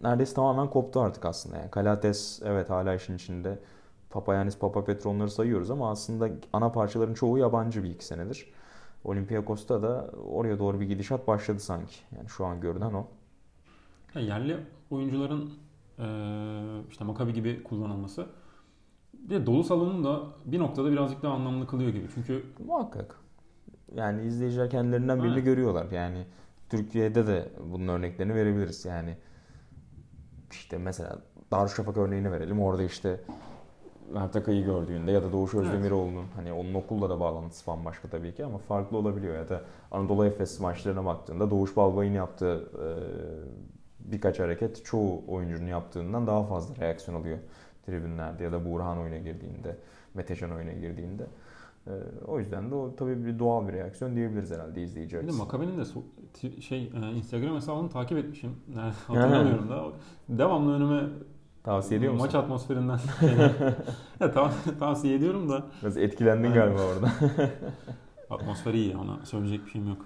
neredeyse tamamen koptu artık aslında. Yani Kalates evet hala işin içinde. Papayannis, Papapetro onları sayıyoruz ama aslında ana parçaların çoğu yabancı bir iki senedir. Olympiakos'ta da oraya doğru bir gidişat başladı sanki. Yani şu an görünen o. Ya yerli oyuncuların e, işte Maccabi gibi kullanılması bir de dolu salonun da bir noktada birazcık daha anlamlı kılıyor gibi. Çünkü Muhakkak. Yani izleyiciler kendilerinden birini evet. görüyorlar. Yani Türkiye'de de bunun örneklerini verebiliriz. Yani işte mesela Darüşşafaka örneğini verelim. Orada işte Mert Akay'ı gördüğünde ya da Doğuş Evet. Özdemiroğlu'nun hani onun okulla da bağlantısı bambaşka tabii ki ama farklı olabiliyor. Ya da Anadolu Efes maçlarına baktığında Doğuş Balbay'ın yaptığı e, birkaç hareket çoğu oyuncunun yaptığından daha fazla reaksiyon alıyor tribünlerde ya da Burhan oyuna girdiğinde, Metecan oyuna girdiğinde. E, o yüzden de o tabii bir doğal bir reaksiyon diyebiliriz herhalde izleyici Bir de açısından. Maccabi'nin de so- ti- şey e, Instagram hesabını takip etmişim. Nerede hatırlamıyorum da. Devamlı önüme Tavsiye ediyor musun? maç atmosferinden şeyler. Ya, tav- tavsiye ediyorum da. Biraz etkilendin Aynen. galiba orada. Atmosferi iyi, ona söyleyecek bir şeyim yok.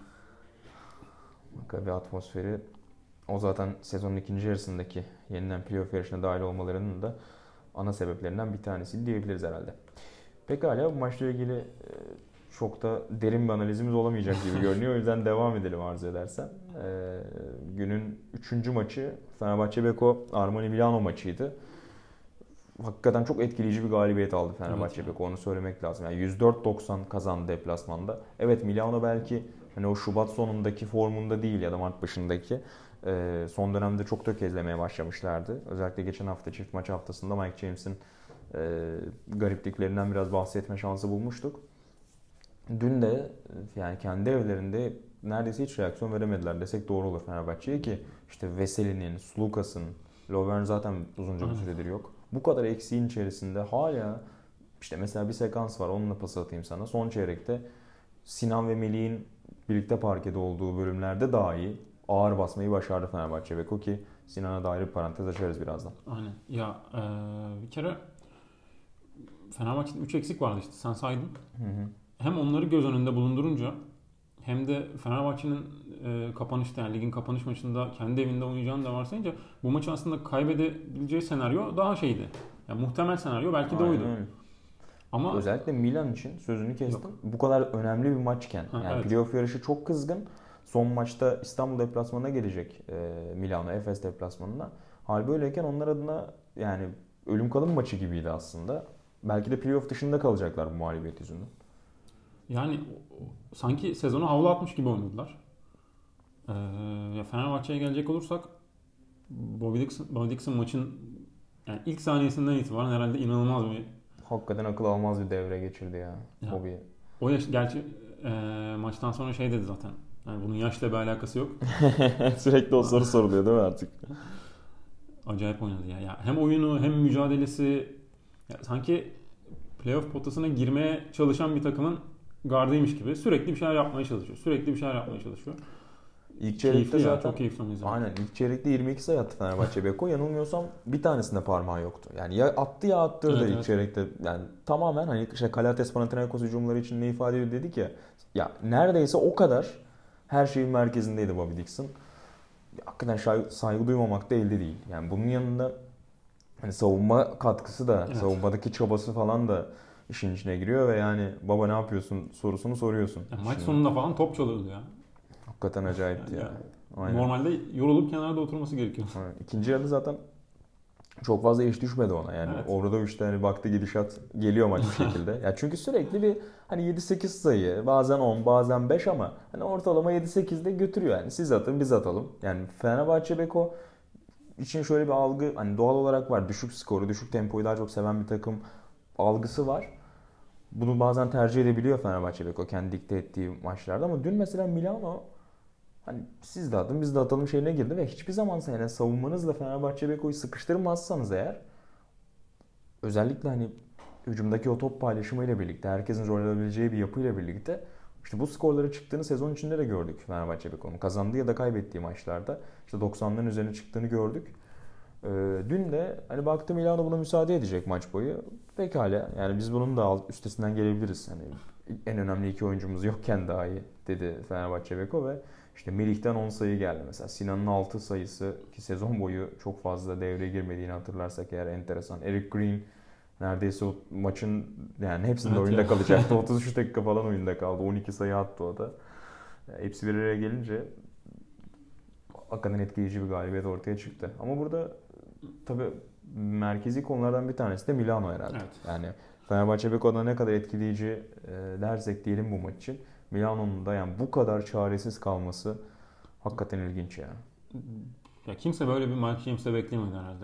Maccabi atmosferi o zaten sezonun ikinci yarısındaki yeniden playoff yarışına dahil olmalarının da ana sebeplerinden bir tanesi diyebiliriz herhalde. Pekala bu maçla ilgili e, çok da derin bir analizimiz olamayacak gibi görünüyor. O yüzden devam edelim arzu edersen. E, günün üçüncü maçı Fenerbahçe Beko Armani Milano maçıydı. Hakikaten çok etkileyici bir galibiyet aldı Fenerbahçe Evet. Beko. Onu söylemek lazım. Yani yüz dört doksan kazandı deplasmanda. Evet Milano belki hani o Şubat sonundaki formunda değil ya da Mart başındaki. Ee, son dönemde çok tökezlemeye başlamışlardı. Özellikle geçen hafta çift maç haftasında Mike James'in e, garipliklerinden biraz bahsetme şansı bulmuştuk. Dün de yani kendi evlerinde neredeyse hiç reaksiyon veremediler desek doğru olur Fenerbahçe'ye ki işte Veseli'nin, Slukas'ın, Lovren zaten uzunca bir süredir yok. Bu kadar eksiğin içerisinde hala işte mesela bir sekans var onunla pas atayım sana. Son çeyrekte Sinan ve Melih'in birlikte parkede olduğu bölümlerde dahi ağır basmayı başardı Fenerbahçe Beko ki Sinan'a dair bir parantez açarız birazdan. Aynen. Ya e, bir kere Fenerbahçe'nin üç eksik vardı işte sen saydın. Hı hı. Hem onları göz önünde bulundurunca hem de Fenerbahçe'nin e, kapanışta yani ligin kapanış maçında kendi evinde oynayacağını da varsayınca bu maçı aslında kaybedebileceği senaryo daha şeydi. Yani muhtemel senaryo belki de Aynen oydu. öyle. Ama Özellikle Milan için sözünü kestim. yok. Bu kadar önemli bir maçken Ha, yani evet. playoff yarışı çok kızgın. Son maçta İstanbul deplasmanına gelecek e, Milano Efes deplasmanına. Hal böyleyken onlar adına yani ölüm kalım maçı gibiydi aslında. Belki de playoff dışında kalacaklar bu mağlubiyet yüzünden. Yani sanki sezonu havlu atmış gibi oynadılar. Ee, ya Fenerbahçe'ye gelecek olursak Bobby Dixon, Bobby Dixon maçın yani ilk saniyesinden itibaren herhalde inanılmaz bir Hakikaten akıl almaz bir devre geçirdi ya, ya, Bobby. o yaş, gerçi e, maçtan sonra şey dedi zaten. Yani bunun yaşla bir alakası yok. Sürekli o soru soruluyor değil mi artık? Acayip oynadı ya. ya hem oyunu hem mücadelesi ya sanki playoff potasına girmeye çalışan bir takımın gardıymış gibi sürekli bir şeyler yapmaya çalışıyor. Sürekli bir şeyler yapmaya çalışıyor. İlk çeyrekte Keyifli ya, zaten çok keyifli onu izlemek. aynen ilk çeyrekte yirmi iki sayı attı Fenerbahçe Beko. Yanılmıyorsam bir tanesinde parmağı yoktu. Yani ya attı ya attırdı Evet, ilk evet. çeyrekte. Yani tamamen hani işte Kalates Panathinaikos hücumları için ne ifade ediyor dedik ya. Ya neredeyse o kadar her şeyin merkezindeydi Bobby Dixon. Ya, hakikaten şay- saygı duymamak da elde değil. Yani bunun yanında hani savunma katkısı da, Evet. savunmadaki çabası falan da işin içine giriyor ve yani baba ne yapıyorsun sorusunu soruyorsun. Ya maç Şimdi sonunda falan top çalıyordu ya. hakikaten acayipti Yani ya. ya, Aynen. normalde yorulup kenarda oturması gerekiyor. Evet. İkinci yarıda zaten çok fazla iş düşmedi ona. Yani Evet. orada işte hani baktı gidişat geliyor maç bir şekilde. Ya çünkü sürekli bir hani yedi sekiz sayı, bazen on, bazen beş ama hani ortalama yedi sekizde götürüyor yani. Siz atın, biz atalım. Yani Fenerbahçe Beko için şöyle bir algı hani doğal olarak var. Düşük skoru, düşük tempoyu daha çok seven bir takım algısı var. Bunu bazen tercih edebiliyor Fenerbahçe Beko kendi dikte ettiği maçlarda ama dün mesela Milano hani siz de atın biz de atalım şeyine girdi ve hiçbir zaman yani savunmanızla Fenerbahçe Beko'yu sıkıştırmazsanız eğer özellikle hani hücumdaki o top paylaşımıyla birlikte herkesin rol alabileceği bir yapıyla birlikte işte bu skorlara çıktığını sezon içinde de gördük Fenerbahçe Beko'nun. Kazandığı ya da kaybettiği maçlarda işte doksanların üzerine çıktığını gördük. Ee, dün de hani baktı Milano buna müsaade edecek maç boyu. Pekala yani biz bunun da alt üstesinden gelebiliriz. Hani en önemli iki oyuncumuz yokken dahi dedi Fenerbahçe Beko ve İşte Melih'ten on sayı geldi mesela. Sinan'ın altı sayısı ki sezon boyu çok fazla devreye girmediğini hatırlarsak eğer enteresan. Eric Green neredeyse o maçın yani hepsinde Evet oyunda ya. kalacaktı. otuz üç dakika falan oyunda kaldı. on iki sayı attı o da. Yani hepsi bir araya gelince hakikaten etkileyici bir galibiyet ortaya çıktı. Ama burada tabii merkezi konulardan bir tanesi de Milano herhalde. Evet. Yani Fenerbahçe Beko'da ne kadar etkileyici e, dersek diyelim bu maç için. Milano'nun da yani bu kadar çaresiz kalması hakikaten ilginç ya. Ya kimse böyle bir Mike James'e beklemiyordu herhalde.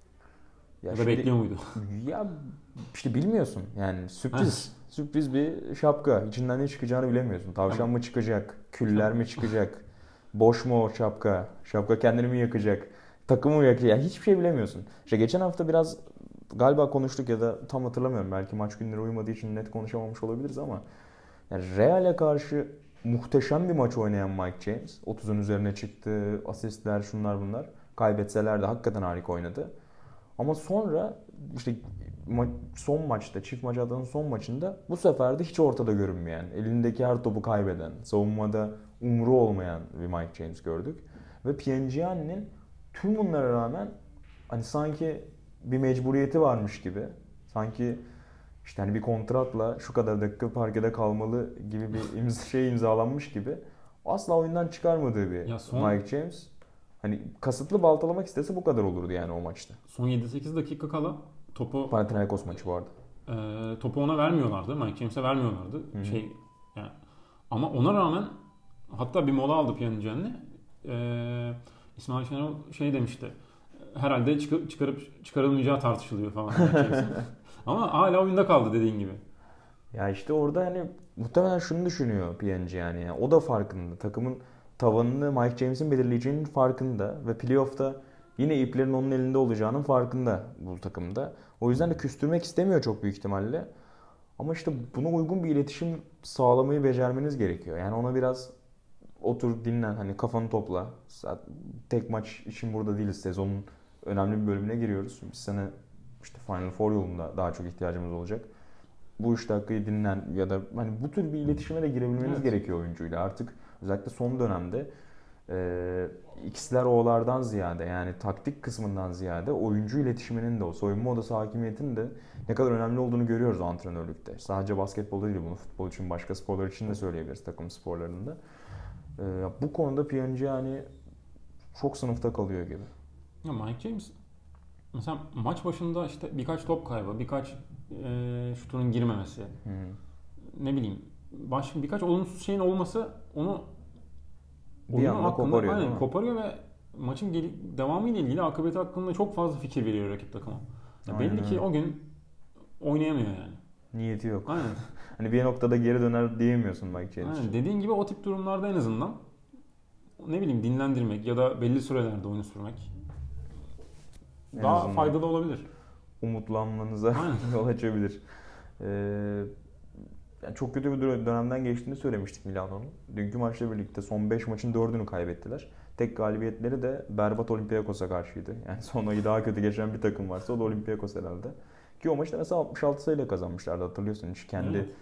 Ya, Ya da şimdi, bekliyor muydu? ya işte bilmiyorsun yani sürpriz. Sürpriz bir şapka. İçinden ne çıkacağını bilemiyorsun. Tavşan Tamam. mı çıkacak? Küller mi çıkacak? Boş mu o şapka? Şapka kendini mi yakacak? Takımı mı yakacak? Yani hiçbir şey bilemiyorsun. İşte geçen hafta biraz galiba konuştuk ya da tam hatırlamıyorum. Belki maç günleri uymadığı için net konuşamamış olabiliriz ama yani Real'e karşı muhteşem bir maç oynayan Mike James. otuzun üzerine çıktı. Asistler şunlar bunlar. Kaybetseler de hakikaten harika oynadı. Ama sonra işte ma- son maçta, çift maç adının son maçında bu sefer de hiç ortada görünmeyen, elindeki her topu kaybeden, savunmada umru olmayan bir Mike James gördük. Ve Piangiani'nin tüm bunlara rağmen hani sanki bir mecburiyeti varmış gibi, sanki işte hani bir kontratla şu kadar dakika parkede kalmalı gibi bir imza, şey imzalanmış gibi asla oyundan çıkarmadığı bir Ya son Mike James. Hani kasıtlı baltalamak istese bu kadar olurdu yani o maçta. son yedi sekiz dakika kala topu Panathinaikos maçı bu arada. e, topu ona vermiyorlardı. Mike James'e vermiyorlardı. Hı hı. Şey yani ama ona rağmen hatta bir mola aldı Pjanigiani. E, İsmail Şenol şey demişti. Herhalde çıkar, çıkarıp çıkarılmayacağı tartışılıyor falan Mike James'in. Ama hala oyunda kaldı dediğin gibi. Ya işte orada hani muhtemelen şunu düşünüyor P N G yani. Yani o da farkında. Takımın tavanını Mike James'in belirleyeceğinin farkında ve playoff'ta yine iplerin onun elinde olacağının farkında bu takımda. O yüzden de küstürmek istemiyor çok büyük ihtimalle. Ama işte buna uygun bir iletişim sağlamayı becermeniz gerekiyor. Yani ona biraz otur dinlen hani kafanı topla. Tek maç için burada değiliz. Sezonun önemli bir bölümüne giriyoruz. Bir sene işte Final Four yolunda daha çok ihtiyacımız olacak. Bu üç dakikayı dinlen ya da hani bu tür bir iletişime de girebilmeniz Evet. gerekiyor oyuncuyla. Artık özellikle son dönemde e, X'ler O'lardan ziyade yani taktik kısmından ziyade oyuncu iletişiminin de o soyunma odası hakimiyetinin de ne kadar önemli olduğunu görüyoruz antrenörlükte. Sadece basketbolda değil bunu futbol için başka sporlar için de söyleyebiliriz takım sporlarında. E, bu konuda P N G yani çok sınıfta kalıyor gibi. Ya Mike James mesela maç başında işte birkaç top kaybı, birkaç e, şutunun girmemesi, Hı. ne bileyim başka birkaç olumsuz şeyin olması onu Bir oyunu anda hakkında koparıyor, değil aynen mi? koparıyor ve maçın gel- devamı ile ilgili akıbeti hakkında çok fazla fikir veriyor rakip takıma. Ya Aynen belli ki öyle. o gün oynayamıyor yani. Niyeti yok. Aynen. Hani bir noktada geri döner diyemiyorsun Mike James. Aynen. Dediğin gibi o tip durumlarda en azından ne bileyim dinlendirmek ya da belli sürelerde oyunu sürmek En daha azından faydalı olabilir. umutlanmanıza Aynen. yol açabilir. Ee, yani çok kötü bir dönemden geçtiğini söylemiştik Milano'nun. Dünkü maçla birlikte son beş maçın dördünü kaybettiler. Tek galibiyetleri de berbat Olympiakos'a karşıydı. Yani son ayı daha kötü geçen bir takım varsa o da Olympiakos herhalde. Ki o maçta mesela altmış altı sayıyla kazanmışlardı hatırlıyorsun. Hiç kendi Evet.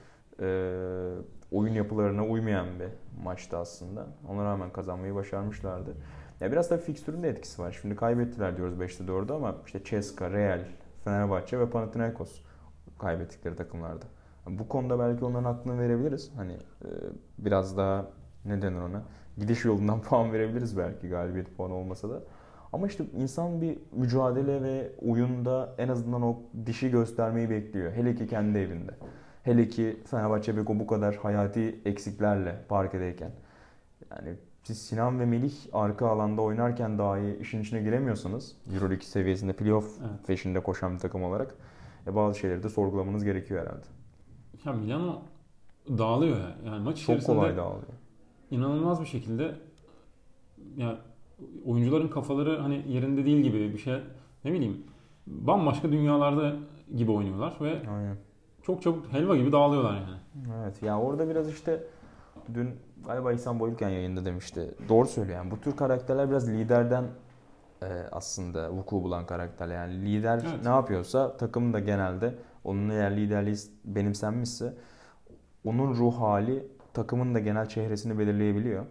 e, oyun yapılarına uymayan bir maçtı aslında. Ona rağmen kazanmayı başarmışlardı. Ya biraz da fikstürün de etkisi var. Şimdi kaybettiler diyoruz beşte dördü ama işte Ceska, Real, Fenerbahçe ve Panathinaikos kaybettikleri takımlarda. Bu konuda belki onların aklını verebiliriz. Hani e, biraz daha ne denir ona? Gidiş yolundan puan verebiliriz belki galibiyet puanı olmasa da. Ama işte insan bir mücadele ve oyunda en azından o dişi göstermeyi bekliyor. Hele ki kendi evinde. Hele ki Fenerbahçe Beko bu kadar hayati eksiklerle parkedeyken. Yani siz Sinan ve Melih arka alanda oynarken dahi işin içine giremiyorsanız Euroleague seviyesinde playoff Evet. peşinde koşan bir takım olarak e, bazı şeyleri de sorgulamanız gerekiyor herhalde. Ya Milano dağılıyor ya. Yani maç Çok içerisinde kolay dağılıyor. inanılmaz bir şekilde ya oyuncuların kafaları hani yerinde değil gibi bir şey, ne bileyim, bambaşka dünyalarda gibi oynuyorlar ve Aynen. çok çabuk helva gibi dağılıyorlar yani. Evet ya orada biraz işte dün galiba İhsan Boyulken yayında demişti. Doğru söylüyor yani bu tür karakterler biraz liderden e, aslında vuku bulan karakterler. Yani lider Evet. ne yapıyorsa takım da genelde onun eğer liderliği benimsenmişse onun ruh hali takımın da genel çehresini belirleyebiliyor.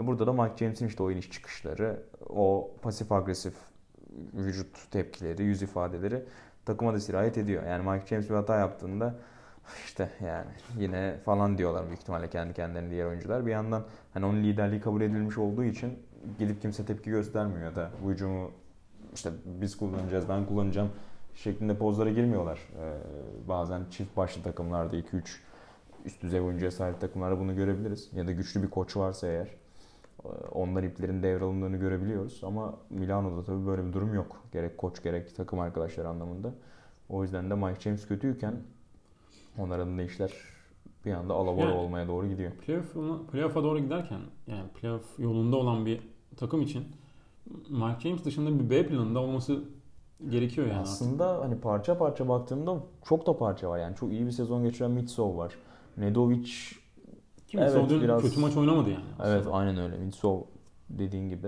Burada da Mike James'in işte oyun iş çıkışları, o pasif agresif vücut tepkileri, yüz ifadeleri takıma da sirayet ediyor. Yani Mike James bir hata yaptığında işte yani yine falan diyorlar büyük ihtimalle kendi kendilerine diğer oyuncular. Bir yandan hani onun liderliği kabul edilmiş olduğu için gidip kimse tepki göstermiyor ya da hücumu işte biz kullanacağız, ben kullanacağım şeklinde pozlara girmiyorlar. Ee, bazen çift başlı takımlarda iki üç üst düzey oyuncuya sahip takımlarda bunu görebiliriz. Ya da güçlü bir koç varsa eğer onlar iplerin devralındığını görebiliyoruz. Ama Milano'da tabii böyle bir durum yok. Gerek koç gerek takım arkadaşları anlamında. O yüzden de Mike James kötüyken onların da işler bir anda alabora Yani olmaya doğru gidiyor. Playoff, playoff'a doğru giderken yani playoff yolunda olan bir takım için Mike James dışında bir B planında olması gerekiyor yani Aslında artık. hani parça parça baktığımda çok da parça var. Yani çok iyi bir sezon geçiren Mitsov var. Nedovic Kim evet dün biraz kötü maç oynamadı yani aslında. evet aynen öyle. Mitsov dediğin gibi.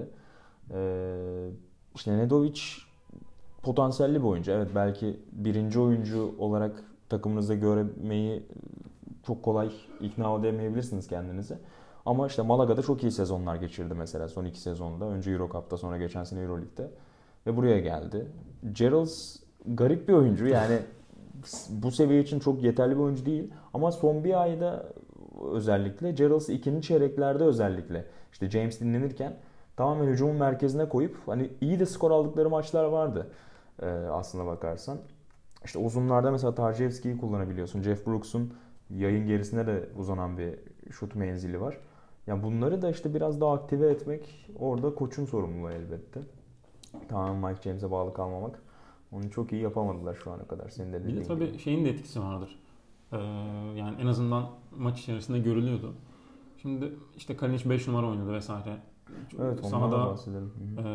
Ee, işte Nedovic potansiyelli bir oyuncu. Evet belki birinci oyuncu olarak takımınızda görmeyi çok kolay ikna edemeyebilirsiniz kendinizi. Ama işte Malaga'da çok iyi sezonlar geçirdi mesela son iki sezonda. Önce Euro Cup'ta sonra geçen sene Euro League'de. Ve buraya geldi. Gerrals garip bir oyuncu yani bu seviye için çok yeterli bir oyuncu değil. Ama son bir ayda özellikle Gerrals'ı ikinci çeyreklerde özellikle işte James dinlenirken tamamen hücumun merkezine koyup hani iyi de skor aldıkları maçlar vardı ee, aslına bakarsan. İşte uzunlarda mesela Tarjevski'yi kullanabiliyorsun. Jeff Brooks'un yayın gerisine de uzanan bir şut menzili var. Yani bunları da işte biraz daha aktive etmek orada koçun sorumluluğu elbette. Tamamen Mike James'e bağlı kalmamak. Onu çok iyi yapamadılar şu ana kadar. Senin de dediğin Bir de tabii gibi. şeyin de etkisi vardır. Ee, yani en azından maç içerisinde görülüyordu. Şimdi işte Kalinic beş numara oynadı vesaire. Evet ondan da Sahada bahsedelim. e,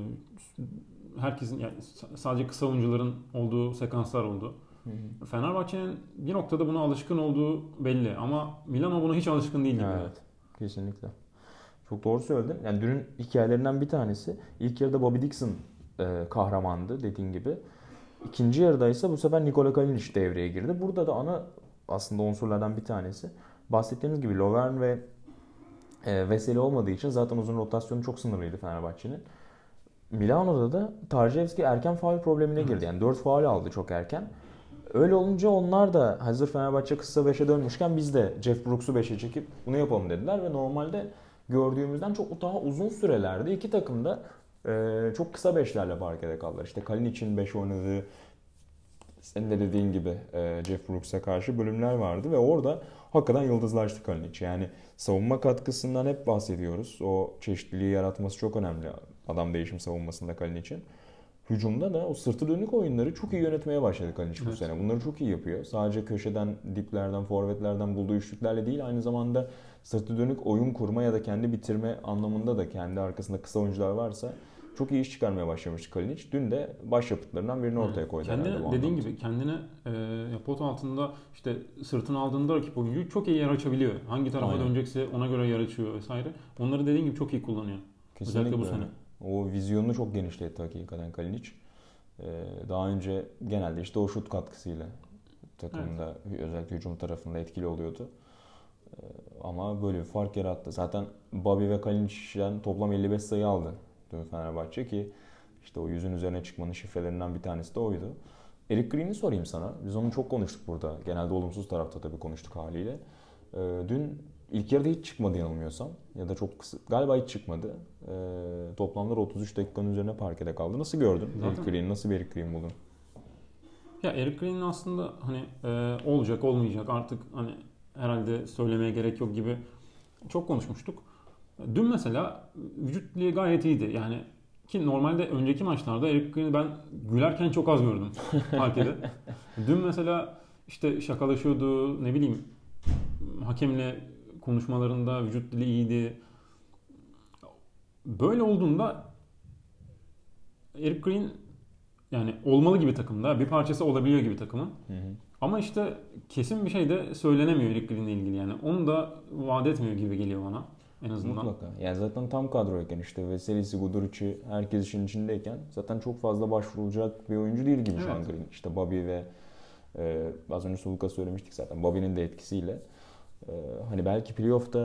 herkesin yani sadece kısa oyuncuların olduğu sekanslar oldu. Hı hı. Fenerbahçe'nin bir noktada buna alışkın olduğu belli ama Milano buna hiç alışkın değil gibi. Evet kesinlikle. Çok doğru söyledin. Yani dünün hikayelerinden bir tanesi. İlk yarıda Bobby Dixon e, kahramandı dediğin gibi. İkinci yarıda ise bu sefer Nikola Kalinic devreye girdi. Burada da ana aslında unsurlardan bir tanesi. Bahsettiğimiz gibi Lovren ve e, Veseli olmadığı için zaten uzun rotasyonu çok sınırlıydı Fenerbahçe'nin. Milano'da da Tarjevski erken faul problemine Evet. girdi. Yani dört faul aldı çok erken. Öyle olunca onlar da hazır Fenerbahçe kısa beşe dönmüşken biz de Jeff Brooks'u beşe çekip bunu yapalım dediler ve normalde gördüğümüzden çok daha uzun sürelerde iki takım da e, çok kısa beşlerle parkede kaldılar. İşte Kalinic'in beş oynadığı, senin de dediğin gibi e, Jeff Brooks'a karşı bölümler vardı ve orada hakikaten yıldızlaştı Kalinic. Yani savunma katkısından hep bahsediyoruz. O çeşitliliği yaratması çok önemli adam değişim savunmasında Kalinic'in. Hücumda da o sırtı dönük oyunları çok iyi yönetmeye başladı Kalinic bu Evet. sene. Bunları çok iyi yapıyor. Sadece köşeden, diplerden, forvetlerden bulduğu üçlüklerle değil aynı zamanda sırtı dönük oyun kurma ya da kendi bitirme anlamında da kendi arkasında kısa oyuncular varsa çok iyi iş çıkarmaya başlamıştı Kalinic. Dün de başyapıtlarından birini ortaya koydu Kendine herhalde bu dediğin anlamda. gibi kendine e, pot altında işte sırtını aldığında rakip oyuncu çok iyi yer açabiliyor. Hangi tarafa Aynen. dönecekse ona göre yer açıyor vesaire. Onları dediğin gibi çok iyi kullanıyor. Özellikle bu Kesinlikle sene. öyle. O vizyonunu çok genişletti hakikaten Kalinic. Ee, daha önce genelde işte o şut katkısıyla takımda özellikle hücum tarafında etkili oluyordu. Ee, ama böyle bir fark yarattı. Zaten Bobby ve Kalinic'den toplam elli beş sayı aldı Fenerbahçe ki işte o yüzün üzerine çıkmanın şifrelerinden bir tanesi de oydu. Eric Green'i sorayım sana. Biz onu çok konuştuk burada. Genelde olumsuz tarafta tabii konuştuk haliyle. Ee, dün ilk yarıda hiç çıkmadı yanılmıyorsam. Ya da çok kısa, galiba hiç çıkmadı. Ee, toplamda otuz üç dakikanın üzerine parkede kaldı. Nasıl gördün Zaten- Eric Green'i? Nasıl bir Eric Green buldun? Ya Eric Green'in aslında hani e, olacak olmayacak artık hani herhalde söylemeye gerek yok gibi çok konuşmuştuk. Dün mesela vücut dili gayet iyiydi. Yani ki normalde önceki maçlarda Eric Green'i ben gülerken çok az gördüm parkede. Dün mesela işte şakalaşıyordu, ne bileyim hakemle konuşmalarında vücut dili iyiydi. Böyle olduğunda Eric Green yani olmalı gibi takımda, bir parçası olabiliyor gibi takımın. Hı hı. Ama işte kesin bir şey de söylenemiyor Eric Green'le ilgili yani. Onu da vaat etmiyor gibi geliyor bana en azından. Mutlaka. Yani zaten tam kadroyken işte Veselisi, Guduric'i herkes işin içindeyken zaten çok fazla başvurulacak bir oyuncu değil gibi şu an Evet. Green. İşte Bobby ve e, az önce Suluka söylemiştik zaten. Bobby'nin de etkisiyle. E, hani belki playoff'ta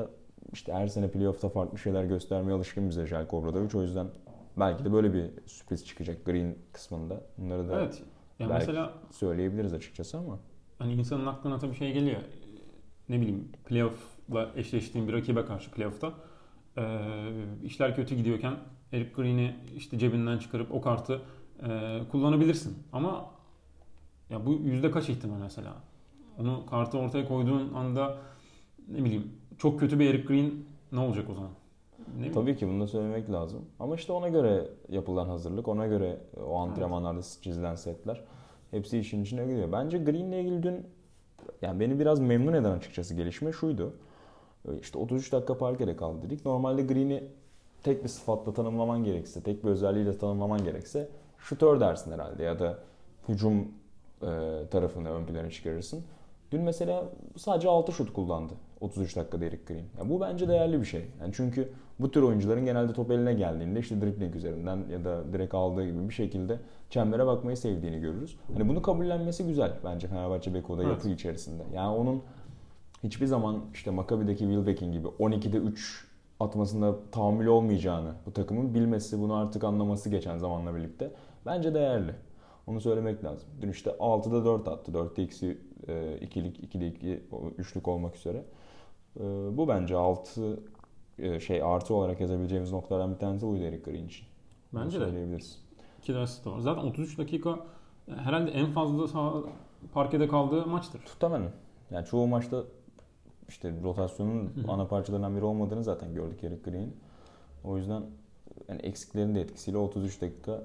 işte her sene playoff'ta farklı şeyler göstermeye alışkın bize Željko Obradović. O yüzden belki de böyle bir sürpriz çıkacak Green kısmında. Bunları da Evet. Ya belki mesela söyleyebiliriz açıkçası ama. hani insanın aklına tabii şey geliyor. Ne bileyim playoff'la eşleştiğin bir rakibe karşı playoff'ta e, işler kötü gidiyorken Eric Green'i işte cebinden çıkarıp o kartı e, kullanabilirsin. Ama ya bu yüzde kaç ihtimal mesela? Onu kartı ortaya koyduğun anda ne bileyim çok kötü bir Eric Green ne olacak o zaman? Ne bileyim. Tabii ki bunu da söylemek lazım. Ama işte ona göre yapılan hazırlık, ona göre o antrenmanlarda çizilen setler hepsi işin içine giriyor. Bence Green'le ilgili dün yani beni biraz memnun eden açıkçası gelişme şuydu. İşte otuz üç dakika parkede kaldı dedik. Normalde Green'i tek bir sıfatla tanımlaman gerekse, tek bir özelliğiyle tanımlaman gerekse şutör dersin herhalde ya da hücum e, tarafını ön plana çıkarırsın. Dün mesela sadece altı şut kullandı otuz üç dakikada Eric Green. Yani bu bence değerli bir şey. Yani çünkü bu tür oyuncuların genelde top eline geldiğinde işte dribbling üzerinden ya da direkt aldığı gibi bir şekilde çembere bakmayı sevdiğini görürüz. Hani bunu kabullenmesi güzel bence Fenerbahçe Beko'da Evet. yapı içerisinde. Yani onun hiçbir zaman işte Maccabi'deki Wilbeck'in gibi on ikide üç atmasında tahammül olmayacağını bu takımın bilmesi, bunu artık anlaması geçen zamanla birlikte bence değerli. Onu söylemek lazım. Dün işte altıda dört attı. dörtte ikisi ikilik, ikide iki, üçlük olmak üzere. Bu bence altı şey artı olarak yazabileceğimiz noktalardan bir tanesi buydu Eric Green için. Bunu Bence de. söyleyebiliriz. İki de asisti var. Zaten otuz üç dakika herhalde en fazla sağ parkede kaldığı maçtır. Tamamen. Yani çoğu maçta işte rotasyonun ana parçalarından biri olmadığını zaten gördük Eric Green'in. O yüzden yani eksiklerin de etkisiyle otuz üç dakika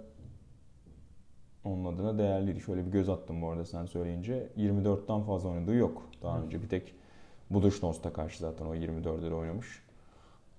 onun adına değerliydi. Şöyle bir göz attım bu arada sen söyleyince. yirmi dörtten fazla oynadığı yok. Daha önce bir tek Budućnos'ta karşı zaten o yirmi dörde de oynamış. Ee,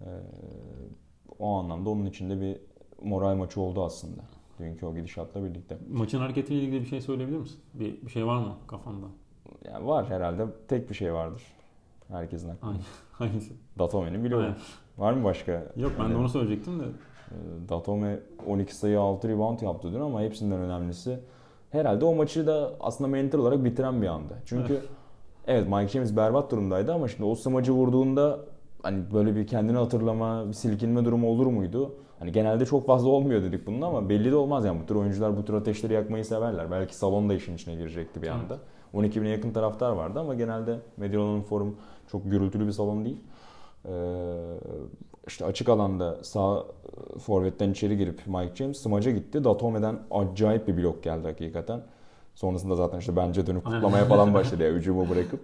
o anlamda onun içinde bir moral maçı oldu aslında. Dünkü o gidişatla birlikte. Maçın hareketiyle ilgili bir şey söyleyebilir misin? Bir, bir şey var mı kafanda? Yani var herhalde. Tek bir şey vardır. Herkesin aklında. Hangisi? Datome'nin biliyorum. Aynen. Var mı başka? Yok ben de onu söyleyecektim de. Datome on iki sayı altı rebound yaptı dün ama hepsinden önemlisi herhalde o maçı da aslında mental olarak bitiren bir anda. Çünkü evet Mike James berbat durumdaydı ama şimdi o smacı vurduğunda hani böyle bir kendini hatırlama, bir silkinme durumu olur muydu? Hani genelde çok fazla olmuyor dedik bunun ama belli de olmaz yani bu tür oyuncular bu tür ateşleri yakmayı severler. Belki salon da işin içine girecekti bir anda. on iki bine yakın taraftar vardı ama genelde Mediola'nın forum çok gürültülü bir salon değil. Ee, işte açık alanda sağ forvetten içeri girip Mike James smaca gitti. Datome'den acayip bir blok geldi hakikaten. Sonrasında zaten işte bence dönüp kutlamaya falan başladı ya hücumu bırakıp.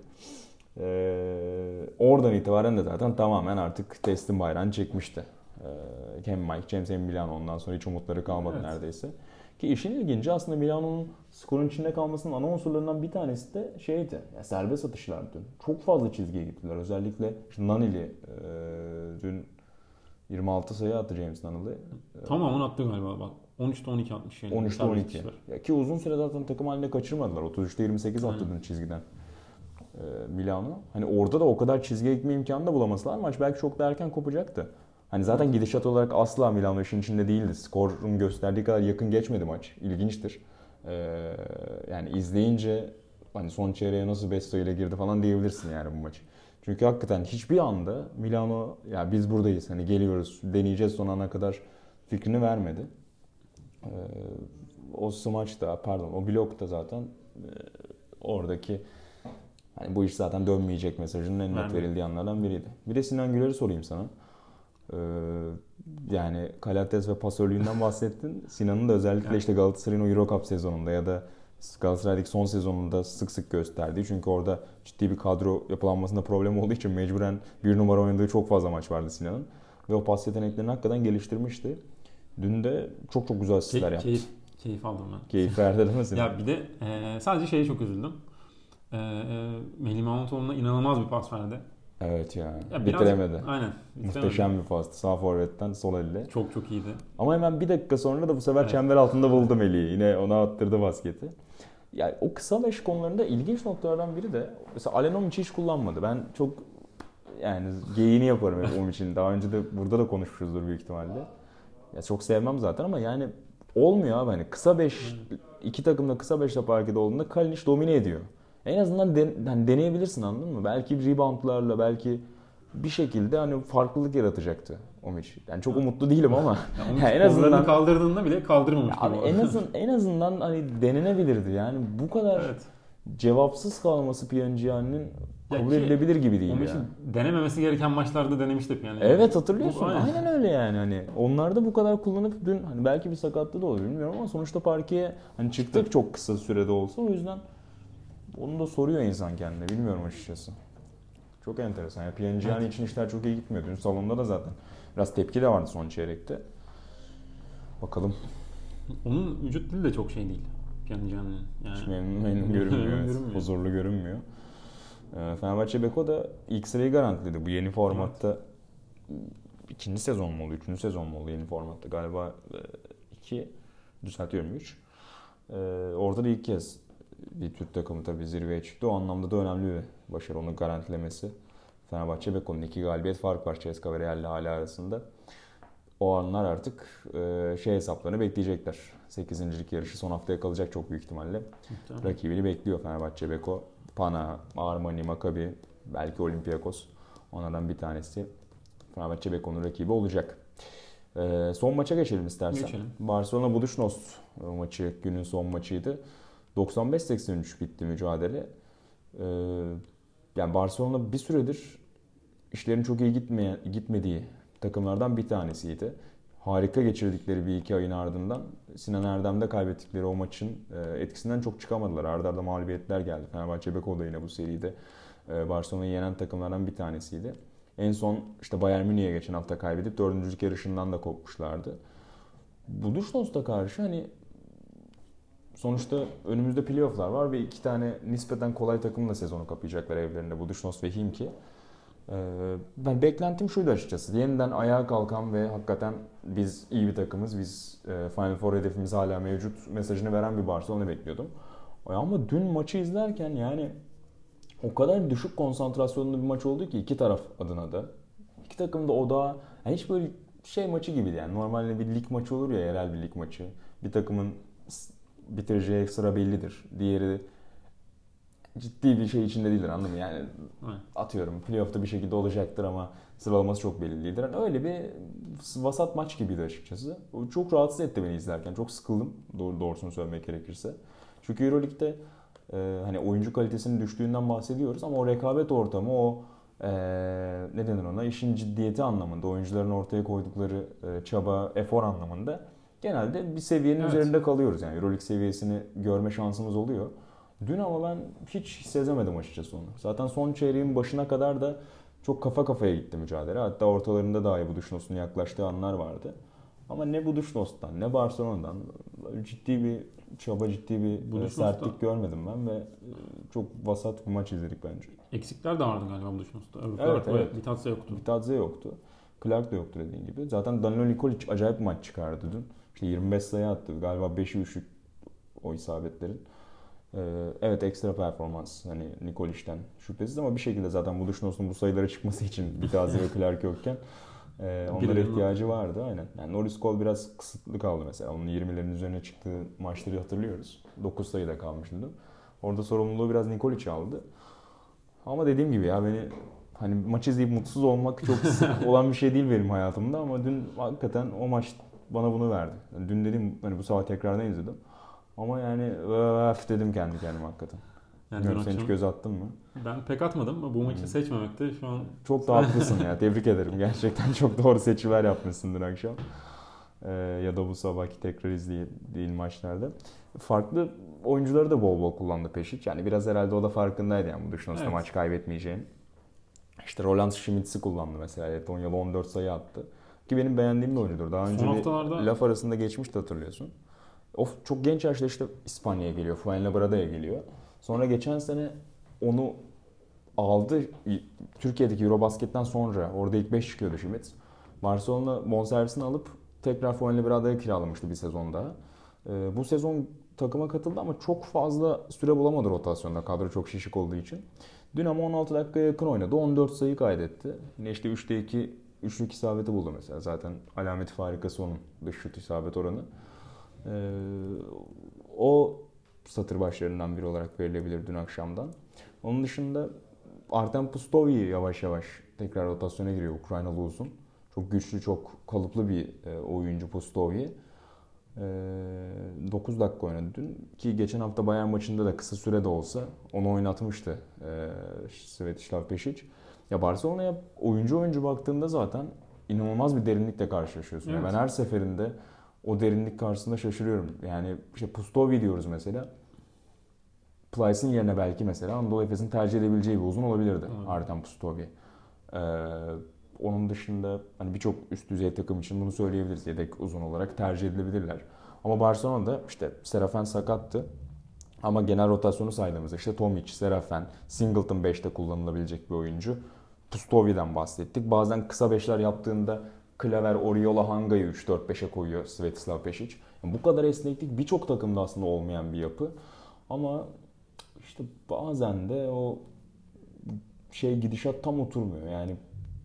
Ee, oradan itibaren de zaten tamamen artık teslim bayrağını çekmişti. Ee, hem Mike James hem Milano ondan sonra hiç umutları kalmadı evet. neredeyse. Ki işin ilginci aslında Milano'nun skorun içinde kalmasının ana unsurlarından bir tanesi de şeydi. Yani serbest atışlar dün. Çok fazla çizgiye gittiler. Özellikle işte Nanili e, dün yirmi altı sayı attı James Nanili. Tamamını attı galiba bak. on üçte on iki atmış yani. on üçte on iki. Ya ki uzun süre zaten takım halinde kaçırmadılar. otuz üçte yirmi sekiz attı dün çizgiden. E, Milano. Hani orada da o kadar çizgiye gitme imkanı da bulamasalar maç belki çok da erken kopacaktı. Hani zaten gidişat olarak asla Milano işin içinde değildi. Skorun gösterdiği kadar yakın geçmedi maç. İlginçtir. Ee, yani izleyince hani son çeyreğe nasıl beş sayıyla girdi falan diyebilirsin yani bu maçı. Çünkü hakikaten hiçbir anda Milano ya biz buradayız hani geliyoruz deneyeceğiz son ana kadar fikrini vermedi. Ee, o smaçta pardon o blokta zaten e, oradaki hani bu iş zaten dönmeyecek mesajının en net verildiği anlardan biriydi. Bir de Sinan Güler'i sorayım sana. Ee, yani Kalates ve pasörlüğünden bahsettin. Sinan'ın da özellikle evet. işte Galatasaray'ın o Euro Cup sezonunda ya da Galatasaray'daki son sezonunda sık sık gösterdiği. Çünkü orada ciddi bir kadro yapılanmasında problem olduğu için mecburen bir numara oynadığı çok fazla maç vardı Sinan'ın. Ve o pas yeteneklerini hakikaten geliştirmişti. Dün de çok çok güzel asistler Key, yaptı. Keyif, keyif aldım ben. Keyif verdi değil mi Sinan? Ya bir de e, sadece şeye çok üzüldüm. E, e, Melih Mahmutoğlu'na inanılmaz bir pas verdi. Evet ya. ya bitiremedi. Biraz, aynen. Bitiremedi. Muhteşem bir pastı. Sağ forvetten sol elle. Çok çok iyiydi. Ama hemen bir dakika sonra da bu sefer evet. çember altında buldu Melih'i. Yine ona attırdı basketi. Yani o kısa beş konularında ilginç noktalardan biri de mesela Alenomic'i hiç kullanmadı. Ben çok yani geyiğini yaparım hep onun için. Daha önce de burada da konuşmuşuzdur büyük ihtimalle. Ya çok sevmem zaten ama yani olmuyor abi. Hani kısa beş, iki takımda kısa beşle parkede olduğunda Kalinic domine ediyor. En azından den, hani deneyebilirsin anladın mı? Belki reboundlarla, belki bir şekilde hani farklılık yaratacaktı o maç. Yani çok umutlu değilim ama Yani yani en azından kaldırdığında bile kaldırmamış abi gibi. en azın en azından hani denenebilirdi. Yani bu kadar Evet. cevapsız kalması Pjanigi'nin Ya kabul ki edilebilir gibi değil o ya. maçı denememesi gereken maçlarda denemişti yani. Evet, hatırlıyorsun. Bu, aynen. aynen öyle yani. Hani onlar da bu kadar kullanıp dün hani belki bir sakatlığı da olur bilmiyorum ama sonuçta parkeye hani çıktık çok kısa sürede olsa, o yüzden onu da soruyor insan kendine. Bilmiyorum açıkçası. Çok enteresan. Yani Pjanigi'nin Evet. için işler çok iyi gitmiyor. Dün salonda da zaten biraz tepki de vardı son çeyrekte. Bakalım. Onun vücut dili de çok şey değil. Pjanigi'nin. Yani Hiç memnun, memnun görünmüyor. evet. görünmüyor. Huzurlu görünmüyor. Fenerbahçe Beko da ilk sırayı garantiledi bu yeni formatta. Evet. İkinci sezon mu oldu, üçüncü sezon mu oldu yeni formatta? Galiba iki, düzeltiyorum üç. Orada da ilk kez bir Türk takımı tabii zirveye çıktı. O anlamda da önemli bir başarı, onu garantilemesi. Fenerbahçe Beko'nun iki galibiyet fark var C S K A ve Real hala arasında. O anlar artık şey hesaplarını bekleyecekler. sekizincilik yarışı son haftaya kalacak çok büyük ihtimalle. Tamam. Rakibini bekliyor Fenerbahçe Beko. Pana, Armani, Maccabi, belki Olympiakos. Onlardan bir tanesi Fenerbahçe Beko'nun rakibi olacak. Ee, son maça geçelim istersen. Geçelim. Barcelona Budućnost maçı günün son maçıydı. doksan beş seksen üç bitti mücadele. Ee, yani Barcelona bir süredir işlerin çok iyi gitmeye, gitmediği takımlardan bir tanesiydi. Harika geçirdikleri bir iki ayın ardından Sinan Erdem'de kaybettikleri o maçın etkisinden çok çıkamadılar. Arda arda mağlubiyetler geldi. Fenerbahçe Beko da yine bu seride Barcelona'yı yenen takımlardan bir tanesiydi. En son işte Bayern Münih'e geçen hafta kaybedip dördüncülük yarışından da kopmuşlardı. Budućnost'a karşı hani sonuçta önümüzde playoff'lar var ve iki tane nispeten kolay takımla sezonu kapayacaklar evlerinde, Budućnost ve Himki. Ben beklentim şuydu açıkçası. Yeniden ayağa kalkan ve hakikaten biz iyi bir takımız, biz Final Four hedefimiz hala mevcut mesajını veren bir Barcelona bekliyordum. Ama dün maçı izlerken yani o kadar düşük konsantrasyonlu bir maç oldu ki iki taraf adına da. İki takım da odağı yani hiç böyle şey maçı gibiydi yani. Normalde bir lig maçı olur ya, yerel bir lig maçı. Bir takımın bitireceği sıra bellidir. Diğeri ciddi bir şey içinde değildir, anladın mı? Yani evet. Atıyorum playoff'ta bir şekilde olacaktır ama sıralaması çok belli değildir. Yani öyle bir vasat maç gibiydi açıkçası. O çok rahatsız etti beni izlerken. Çok sıkıldım doğru, doğrusunu söylemek gerekirse. Çünkü Euroleague'de e, hani oyuncu kalitesinin düştüğünden bahsediyoruz ama o rekabet ortamı, o e, ne denir ona, işin ciddiyeti anlamında, oyuncuların ortaya koydukları e, çaba, efor anlamında genelde bir seviyenin evet. üzerinde kalıyoruz. Yani Euroleague seviyesini görme şansımız oluyor. Dün ama ben hiç sezemedim açıkçası onu. Zaten son çeyreğin başına kadar da çok kafa kafaya gitti mücadele. Hatta ortalarında dahi Budućnost'un yaklaştığı anlar vardı. Ama ne Budućnost'tan ne Barcelona'dan ciddi bir çaba, ciddi bir sertlik görmedim ben ve çok vasat bir maç izledik bence. Eksikler de vardı galiba Budućnost'ta. Evet, evet. Bitadze yoktu. Bitadze yoktu. Clark da yoktu dediğin gibi. Zaten Danilo Nikolic acayip bir maç çıkardı dün. İşte yirmi beş sayı attı. Galiba beşi üçlük o isabetlerin. Evet, ekstra performans hani Nikolic'ten şüphesiz ama bir şekilde zaten Budućnost'un bu sayılara çıkması için Bitadze ve Clark yokken e, onlara ihtiyacı vardı aynen. Yani Norris Cole biraz kısıtlı kaldı mesela. Onun yirmilerin üzerine çıktığı maçları hatırlıyoruz. dokuz sayıda kalmıştı. Orada sorumluluğu biraz Nikolic aldı. Ama dediğim gibi ya beni hani maç izleyip mutsuz olmak çok sık olan bir şey değil benim hayatımda ama dün hakikaten o maç bana bunu verdi. Yani dün dedim hani bu sabah tekrardan izledim. Ama yani öf dedim kendi kendime hakikaten. Yani sen akşam, hiç göz attın mı? Ben pek atmadım ama bu maçı hmm. seçmemekte şu an... Çok da haklısın ya, tebrik ederim. Gerçekten çok doğru seçimler yapmışsın dün akşam. Ee, ya da bu sabahki tekrar izlediğin maçlarda. Farklı oyuncuları da bol bol kullandı Pešić. Yani biraz herhalde o da farkındaydı yani bu Budućnost'ta evet. maç kaybetmeyeceğini. İşte Roland Schmitz'i kullandı mesela. Letonyalı on dört sayı attı. Ki benim beğendiğim bir oyuncudur. Daha önce son bir haftalarda... laf arasında geçmişti hatırlıyorsun. O çok genç yaşta işte İspanya'ya geliyor, Fuenlabrada'ya geliyor. Sonra geçen sene onu aldı. Türkiye'deki Eurobasket'ten sonra orada ilk beş çıkıyordu Schmitz. Barcelona bonservisini alıp tekrar Fuenlabrada'ya kiralamıştı bir sezon daha. Ee, bu sezon takıma katıldı ama çok fazla süre bulamadı rotasyonda, kadro çok şişik olduğu için. Dün ama on altı dakikaya yakın oynadı. on dört sayı kaydetti. Yine işte üçte iki üçlük isabeti buldu mesela. Zaten alameti farikası onun dış şut isabet oranı. Ee, o satır başlarından biri olarak verilebilir dün akşamdan. Onun dışında Artem Pustovi'yi yavaş yavaş tekrar rotasyona giriyor Ukraynalı uzun. Çok güçlü, çok kalıplı bir oyuncu Pustovi. dokuz dakika oynadı dün. Ki geçen hafta Bayern maçında da kısa sürede olsa onu oynatmıştı Svetislav Pešić. Ya Barcelona'ya oyuncu oyuncu baktığında zaten inanılmaz bir derinlikle karşılaşıyorsun. Evet. Yani ben her seferinde o derinlik karşısında şaşırıyorum. Yani işte Pustovi diyoruz mesela. Plyce'in yerine belki mesela Anadolu Efes'in tercih edebileceği bir uzun olabilirdi. Hmm. Artem Pustovi. Ee, onun dışında hani birçok üst düzey takım için bunu söyleyebiliriz. Yedek uzun olarak tercih edilebilirler. Ama Barcelona'da işte Serafen sakattı. Ama genel rotasyonu saydığımızda işte Tomic, Serafen, Singleton beşte kullanılabilecek bir oyuncu. Pustovi'den bahsettik. Bazen kısa beşler yaptığında Klaver, Oriola, Hanga'yı üç dört beşe koyuyor Svetislav Pešić. Yani bu kadar esneklik birçok takımda aslında olmayan bir yapı. Ama işte bazen de o şey gidişat tam oturmuyor. Yani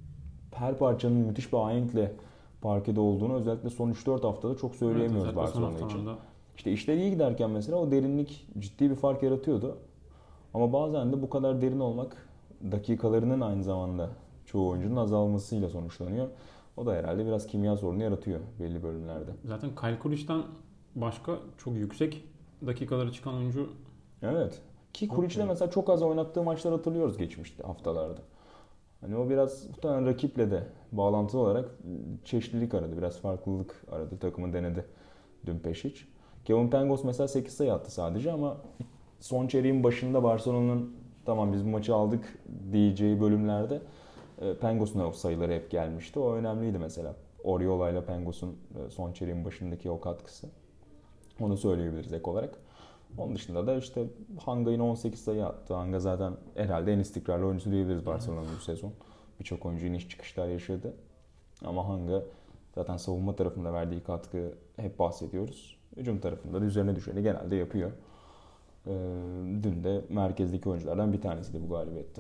her parçanın müthiş bir ahenkle parkede olduğunu özellikle son üç dört haftada çok söyleyemiyoruz, evet, Barcelona için. İşte işler iyi giderken mesela o derinlik ciddi bir fark yaratıyordu. Ama bazen de bu kadar derin olmak dakikalarının aynı zamanda çoğu oyuncunun azalmasıyla sonuçlanıyor. O da herhalde biraz kimya sorunu yaratıyor belli bölümlerde. Zaten Kyle Kuric'den başka çok yüksek dakikaları çıkan oyuncu. Evet. Ki Kuric'le mesela çok az oynattığı maçlar hatırlıyoruz geçmişte haftalarda. Hani o biraz muhtemelen rakiple de bağlantılı olarak çeşitlilik aradı. Biraz farklılık aradı. Takımı denedi dün Pešić. Kevin Pangos mesela sekiz sayı attı sadece ama son çeyreğin başında Barcelona'nın tamam biz bu maçı aldık diyeceği bölümlerde Pangos'un o sayıları hep gelmişti. O önemliydi mesela. Oriola ile Pangos'un son çeyreğin başındaki o katkısı. Onu söyleyebiliriz ek olarak. Onun dışında da işte Hanga yine on sekiz sayı attı. Hanga zaten herhalde en istikrarlı oyuncusu diyebiliriz Barcelona'nın bu sezon. Birçok oyuncu iniş çıkışlar yaşadı. Ama Hanga zaten savunma tarafında verdiği katkı hep bahsediyoruz. Hücum tarafında da üzerine düşeni genelde yapıyor. Ee, dün de merkezdeki oyunculardan bir tanesiydi bu galibiyette.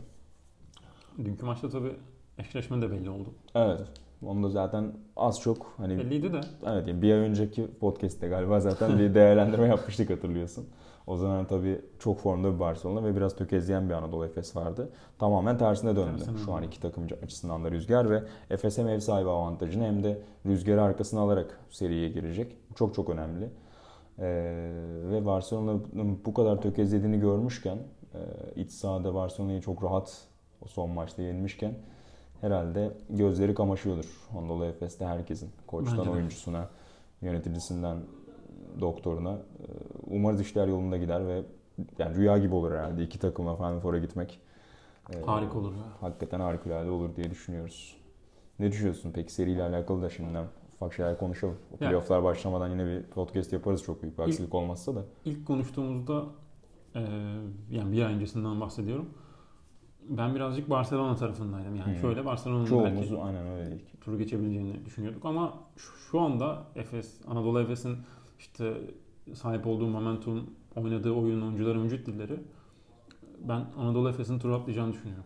Dünkü maçta tabii eşleşme de belli oldu. Evet. Onu da zaten az çok hani belliydi de. Evet, yani bir ay önceki podcast'te galiba zaten bir değerlendirme yapmıştık hatırlıyorsun. O zaman tabii çok formda bir Barcelona ve biraz tökezleyen bir Anadolu Efes vardı. Tamamen tersine döndü. Tersine Şu an iki takım açısından da Rüzgar ve Efes hem ev sahibi avantajını hem de Rüzgar'ı arkasına alarak seriye girecek. Çok çok önemli. Ee, ve Barcelona'nın bu kadar tökezlediğini görmüşken e, iç sahada Barcelona'yı çok rahat o son maçta yenmişken herhalde gözleri kamaşıyordur Anadolu Efes'te herkesin. Koçtan Bence oyuncusuna, de. yöneticisinden doktoruna. Umarız işler yolunda gider ve yani rüya gibi olur herhalde iki takımla Final Four'a gitmek. Harika olur ya. Hakikaten harikulade olur diye düşünüyoruz. Ne düşünüyorsun peki seriyle alakalı da şimdiden ufak şeyler konuşalım. O playoff'lar yani, başlamadan yine bir podcast yaparız çok büyük bir aksilik ilk, olmazsa da. İlk konuştuğumuzda e, yani bir ay öncesinden bahsediyorum. Ben birazcık Barcelona tarafındaydım. Yani hmm. şöyle Barcelona'nın belki aynen öyle turu geçebileceğini düşünüyorduk ama şu anda Efes, Anadolu Efes'in işte sahip olduğu momentum, oynadığı oyun, oyuncuların vücut dilleri ben Anadolu Efes'in turu atlayacağını düşünüyorum.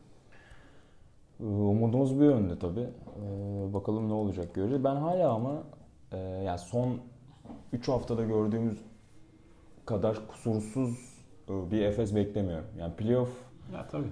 Umudumuz bir yönde tabii. Ee, bakalım ne olacak göreceğiz. Ben hala ama e, yani son üç haftada gördüğümüz kadar kusursuz bir Efes beklemiyorum. Yani playoff ya tabii.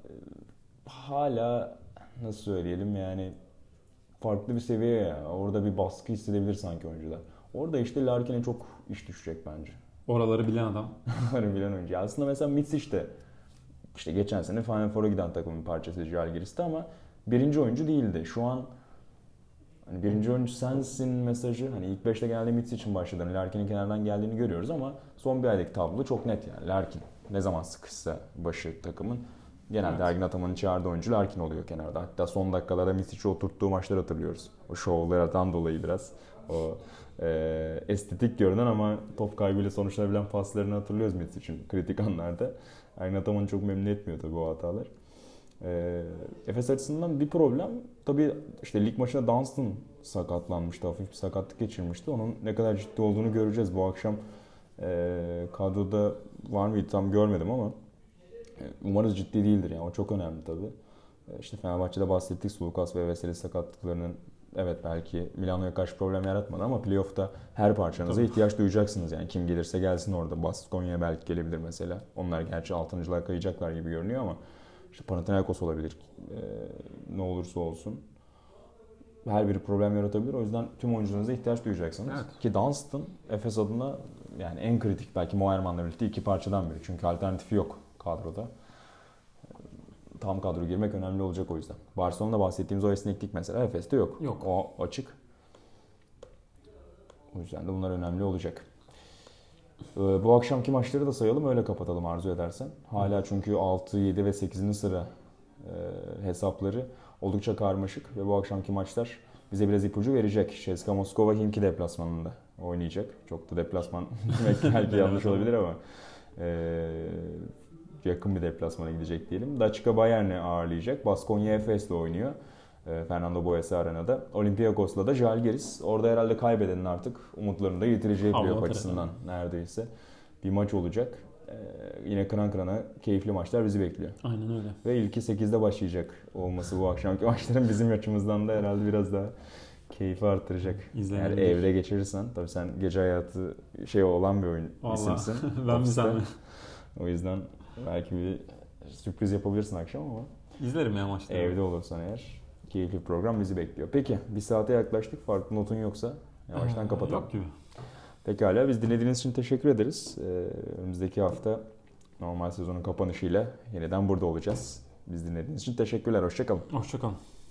Hala nasıl söyleyelim yani farklı bir seviye ya. Orada bir baskı hissedebilir sanki oyuncular. Orada işte Larkin'e çok iş düşecek bence. Oraları bilen adam. Oraları bilen oyuncu. Aslında mesela Mitsic de işte geçen sene Final Four'a giden takımın parçası Žalgiris'te ama birinci oyuncu değildi. Şu an hani birinci oyuncu sensin mesajı hani ilk beşte genelde Mitsic'in başladığını, Larkin'in kenardan geldiğini görüyoruz ama son bir aydaki tablo çok net yani. Larkin ne zaman sıkışsa başı takımın genelde evet. Ergin Ataman'ın çağırdığı oyuncu Larkin oluyor kenarda. Hatta son dakikalarda Mitsic'i oturttuğu maçları hatırlıyoruz. O şovlardan dolayı biraz. O e, estetik görünen ama top kaybıyla sonuçlanabilen paslarını hatırlıyoruz Mitsic'in kritik anlarda. Ergin Ataman'ı çok memnun etmiyor tabii o hatalar. E, Efes açısından bir problem. Tabii işte lig maçında Dunstan sakatlanmıştı. Hafif bir sakatlık geçirmişti. Onun ne kadar ciddi olduğunu göreceğiz. Bu akşam e, kadroda var mıydı tam görmedim ama umarız ciddi değildir yani o çok önemli tabii. İşte Fenerbahçe'de bahsettik Sulukas ve Veseli sakatlıklarının evet belki Milano'ya karşı problem yaratmadı ama playoff'ta her parçanıza tabii. ihtiyaç duyacaksınız yani kim gelirse gelsin orada. Baskonya belki gelebilir mesela. Onlar gerçi altıncılığa kayacaklar gibi görünüyor ama İşte Panathinaikos olabilir. E, ne olursa olsun. Her biri problem yaratabilir. O yüzden tüm oyuncularınıza ihtiyaç duyacaksınız. Evet. Ki Dunstan Efes adına yani en kritik belki Moerman'la birlikte iki parçadan biri. Çünkü alternatifi yok kadroda. Tam kadro girmek önemli olacak o yüzden. Barcelona'da bahsettiğimiz o esneklik mesela Efes'te yok. Yok. O açık. O yüzden de bunlar önemli olacak. Ee, bu akşamki maçları da sayalım öyle kapatalım arzu edersen. Hala çünkü altı, yedi ve sekizinci sıra e, hesapları oldukça karmaşık ve bu akşamki maçlar bize biraz ipucu verecek. C S K A Moskova Himki deplasmanında oynayacak. Çok da deplasman demek belki yanlış olabilir ama e, yakın bir deplasmana gidecek diyelim. Daçka Bayern'i ağırlayacak. Baskonya Efes'le oynuyor. Fernando Boesa Arena'da. Olympiakos'la da Žalgiris. Orada herhalde kaybedenin artık umutlarını da yitireceği playoff açısından neredeyse bir maç olacak. Ee, yine kıran kırana keyifli maçlar bizi bekliyor. Aynen öyle. Ve ilki sekizde başlayacak olması bu akşamki maçların bizim açımızdan da herhalde biraz daha keyfi artıracak. Eğer evde geçirirsen, tabii sen gece hayatı şey olan bir oyun Vallahi. isimsin. Ben mi sen mi? O yüzden belki bir sürpriz yapabilirsin akşam ama. İzlerim ya maçları. Evde olursan eğer. Keyifli program bizi bekliyor. Peki bir saate yaklaştık. Farklı notun yoksa yavaştan Ee, kapatalım. Yok gibi. Pekala biz dinlediğiniz için teşekkür ederiz. Ee, önümüzdeki hafta normal sezonun kapanışıyla yeniden burada olacağız. Biz dinlediğiniz için teşekkürler. Hoşça kalın. Hoşça kalın.